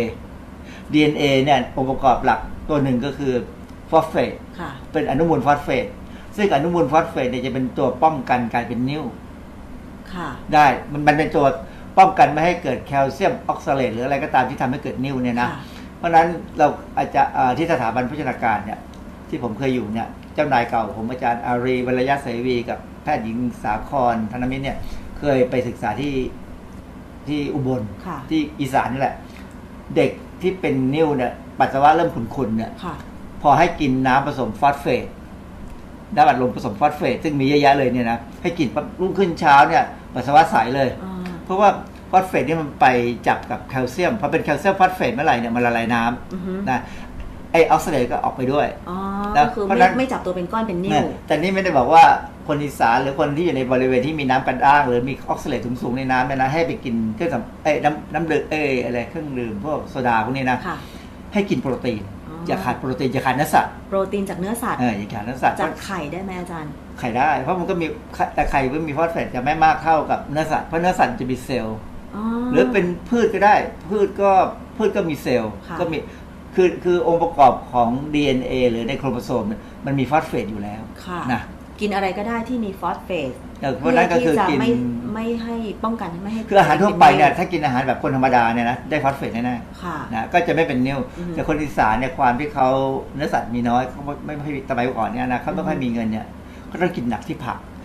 DNA เนี่ยองค์ประกอบหลักตัวหนึ่งก็คือฟอสเฟตเป็นอนุมูลฟอสเฟตซึ่งอนุมูลฟอสเฟตเนี่ยจะเป็นตัวป้องกันการเป็นนิ่วได้มันเป็นตัวป้องกันไม่ให้เกิดแคลเซียมออกซาเลตหรืออะไรก็ตามที่ทำให้เกิดนิ่วเนี่ยนะเพราะฉะนั้นเราอาจจะที่สถาบันโภชนาการเนี่ยที่ผมเคยอยู่เนี่ยเจ้านายเก่าผมอาจารย์อารีวรยะเสวีกับแพทย์หญิงสาครธนมิตรเนี่ยเคยไปศึกษาที่อุบลที่อีสานนี่แหละเด็กที่เป็นนิ่วเนี่ยปัสสาวะเริ่มขุ่นๆเนี่ยพอให้กินน้ำผสมฟอสเฟตน้ำอัดลมผสมฟอสเฟตซึ่งมีเยอะแยะเลยเนี่ยนะให้กินรุ่งขึ้นเช้าเนี่ยปัสสาวะใสเลยเพราะว่าฟอสเฟตนี่มันไปจับกับแคลเซียมพอเป็นแคลเซียมฟอสเฟตเมื่อไหร่เนี่ยมันละลายน้ำนะไอออกซิเดตก็ออกไปด้วยก็คือไม่จับตัวเป็นก้อนเป็นนิ่วแต่นี่ไม่ได้บอกว่าคนอีสานหรือคนที่อยู่ในบริเวณที่มีน้ำกระด้างหรือมีออกซิเดตสูงๆในน้ำเนี่ยนะให้ไปกินเครื่องน้ำดื่มอะไรเครื่องดื่มพวกโซดาพวกนี้นะให้กินโปรตีนอย่าขาดโปรตีนอย่าขาดเนื้อสัตว์โปรตีนจากเนื้อสัตว์อย่าขาดเนื้อสัตว์จากไข่ได้ไหมอาจารย์ไข่ได้เพราะมันก็มีแต่ไข่ก็มีฟอสเฟตจะไม่มากเท่ากับเนื้อสัตว์เพราะเนื้อสัตว์จะมีเซลล์หรือเป็นพืชก็ได้พืชก็มีเซลล์ก็มีคือองค์ประกอบของ DNA หรือในโครโมโซมมันมีฟอสเฟตอยู่แล้วนะกินอะไรก็ได้ที่มีฟอสเฟตเพราะนั้นก็คือกินไม่ให้ป้องกันไม่ให้คืออาหารทั่วไปเนี่ยถ้ากินอาหารแบบคนธรรมดาเนี่ยนะได้ฟอสเฟตแน่ๆนะก็จะไม่เป็นนิ่วแต่คนอีสานเนี่ยความที่เขาเนื้อสัตว์มีน้อยเขาไม่ค่อยสมัยก่อนเนี่ยนะเขาไม่ค่อยมีเงินเนี่ยเขาต้องกินหนักที่ผัก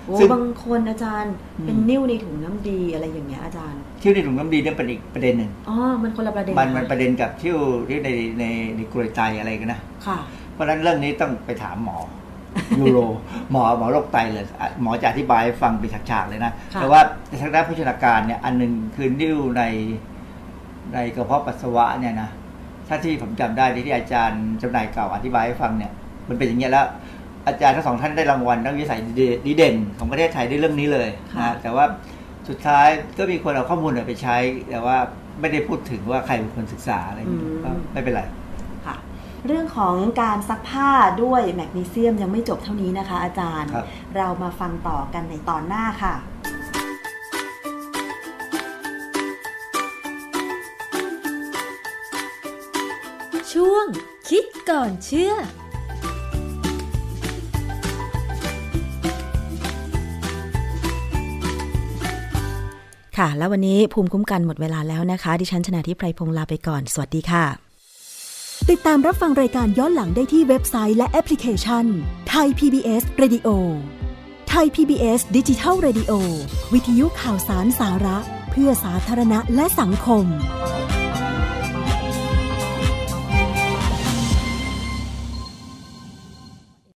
ซึ่งบางคนอาจารย์เป็นนิ่วในถุงน้ำดีอะไรอย่างเงี้ยอาจารย์ทิ้วในถุงน้ำดีเนี่ยเป็นอีกประเด็นหนึ่งมันคนละประเด็นมันประเด็นกับทิ้วในกรวยไตอะไรกันนะค่ะเพราะฉะนั้นเรื่องนี้ต้องไปถามหมอยูโรหมอโรคไตเลยหมอจะอธิบายให้ฟังเป็นฉากๆเลยนะแต่ว่าทางด้านโภชนาการเนี่ยอันนึงคือนิ่วในกระเพาะปัสสาวะเนี่ยนะถ้าที่ผมจำได้ที่อาจารย์จำหน่ายเก่าอธิบายให้ฟังเนี่ยมันเป็นอย่างเงี้ยแล้วอาจารย์ทั้งสองท่านได้รางวัลนักวิจัยดีเด่นของประเทศไทยได้เรื่องนี้เลยนะแต่ว่าสุดท้ายก็มีคนเอาข้อมูลไปใช้แต่ว่าไม่ได้พูดถึงว่าใครเป็นคนศึกษาอะไรอย่างเงี้ยก็ไม่เป็นไรค่ะเรื่องของการซักผ้าด้วยแมกนีเซียมยังไม่จบเท่านี้นะคะอาจารย์เรามาฟังต่อกันในตอนหน้าค่ะช่วงคิดก่อนเชื่อค่ะแล้ววันนี้ภูมิคุ้มกันหมดเวลาแล้วนะคะดิฉันชนาธิไพรพงษ์ลาไปก่อนสวัสดีค่ะติดตามรับฟังรายการย้อนหลังได้ที่เว็บไซต์และแอปพลิเคชัน Thai PBS Radio Thai PBS Digital Radio วิทยุข่าวสารสาระเพื่อสาธารณะและสังคม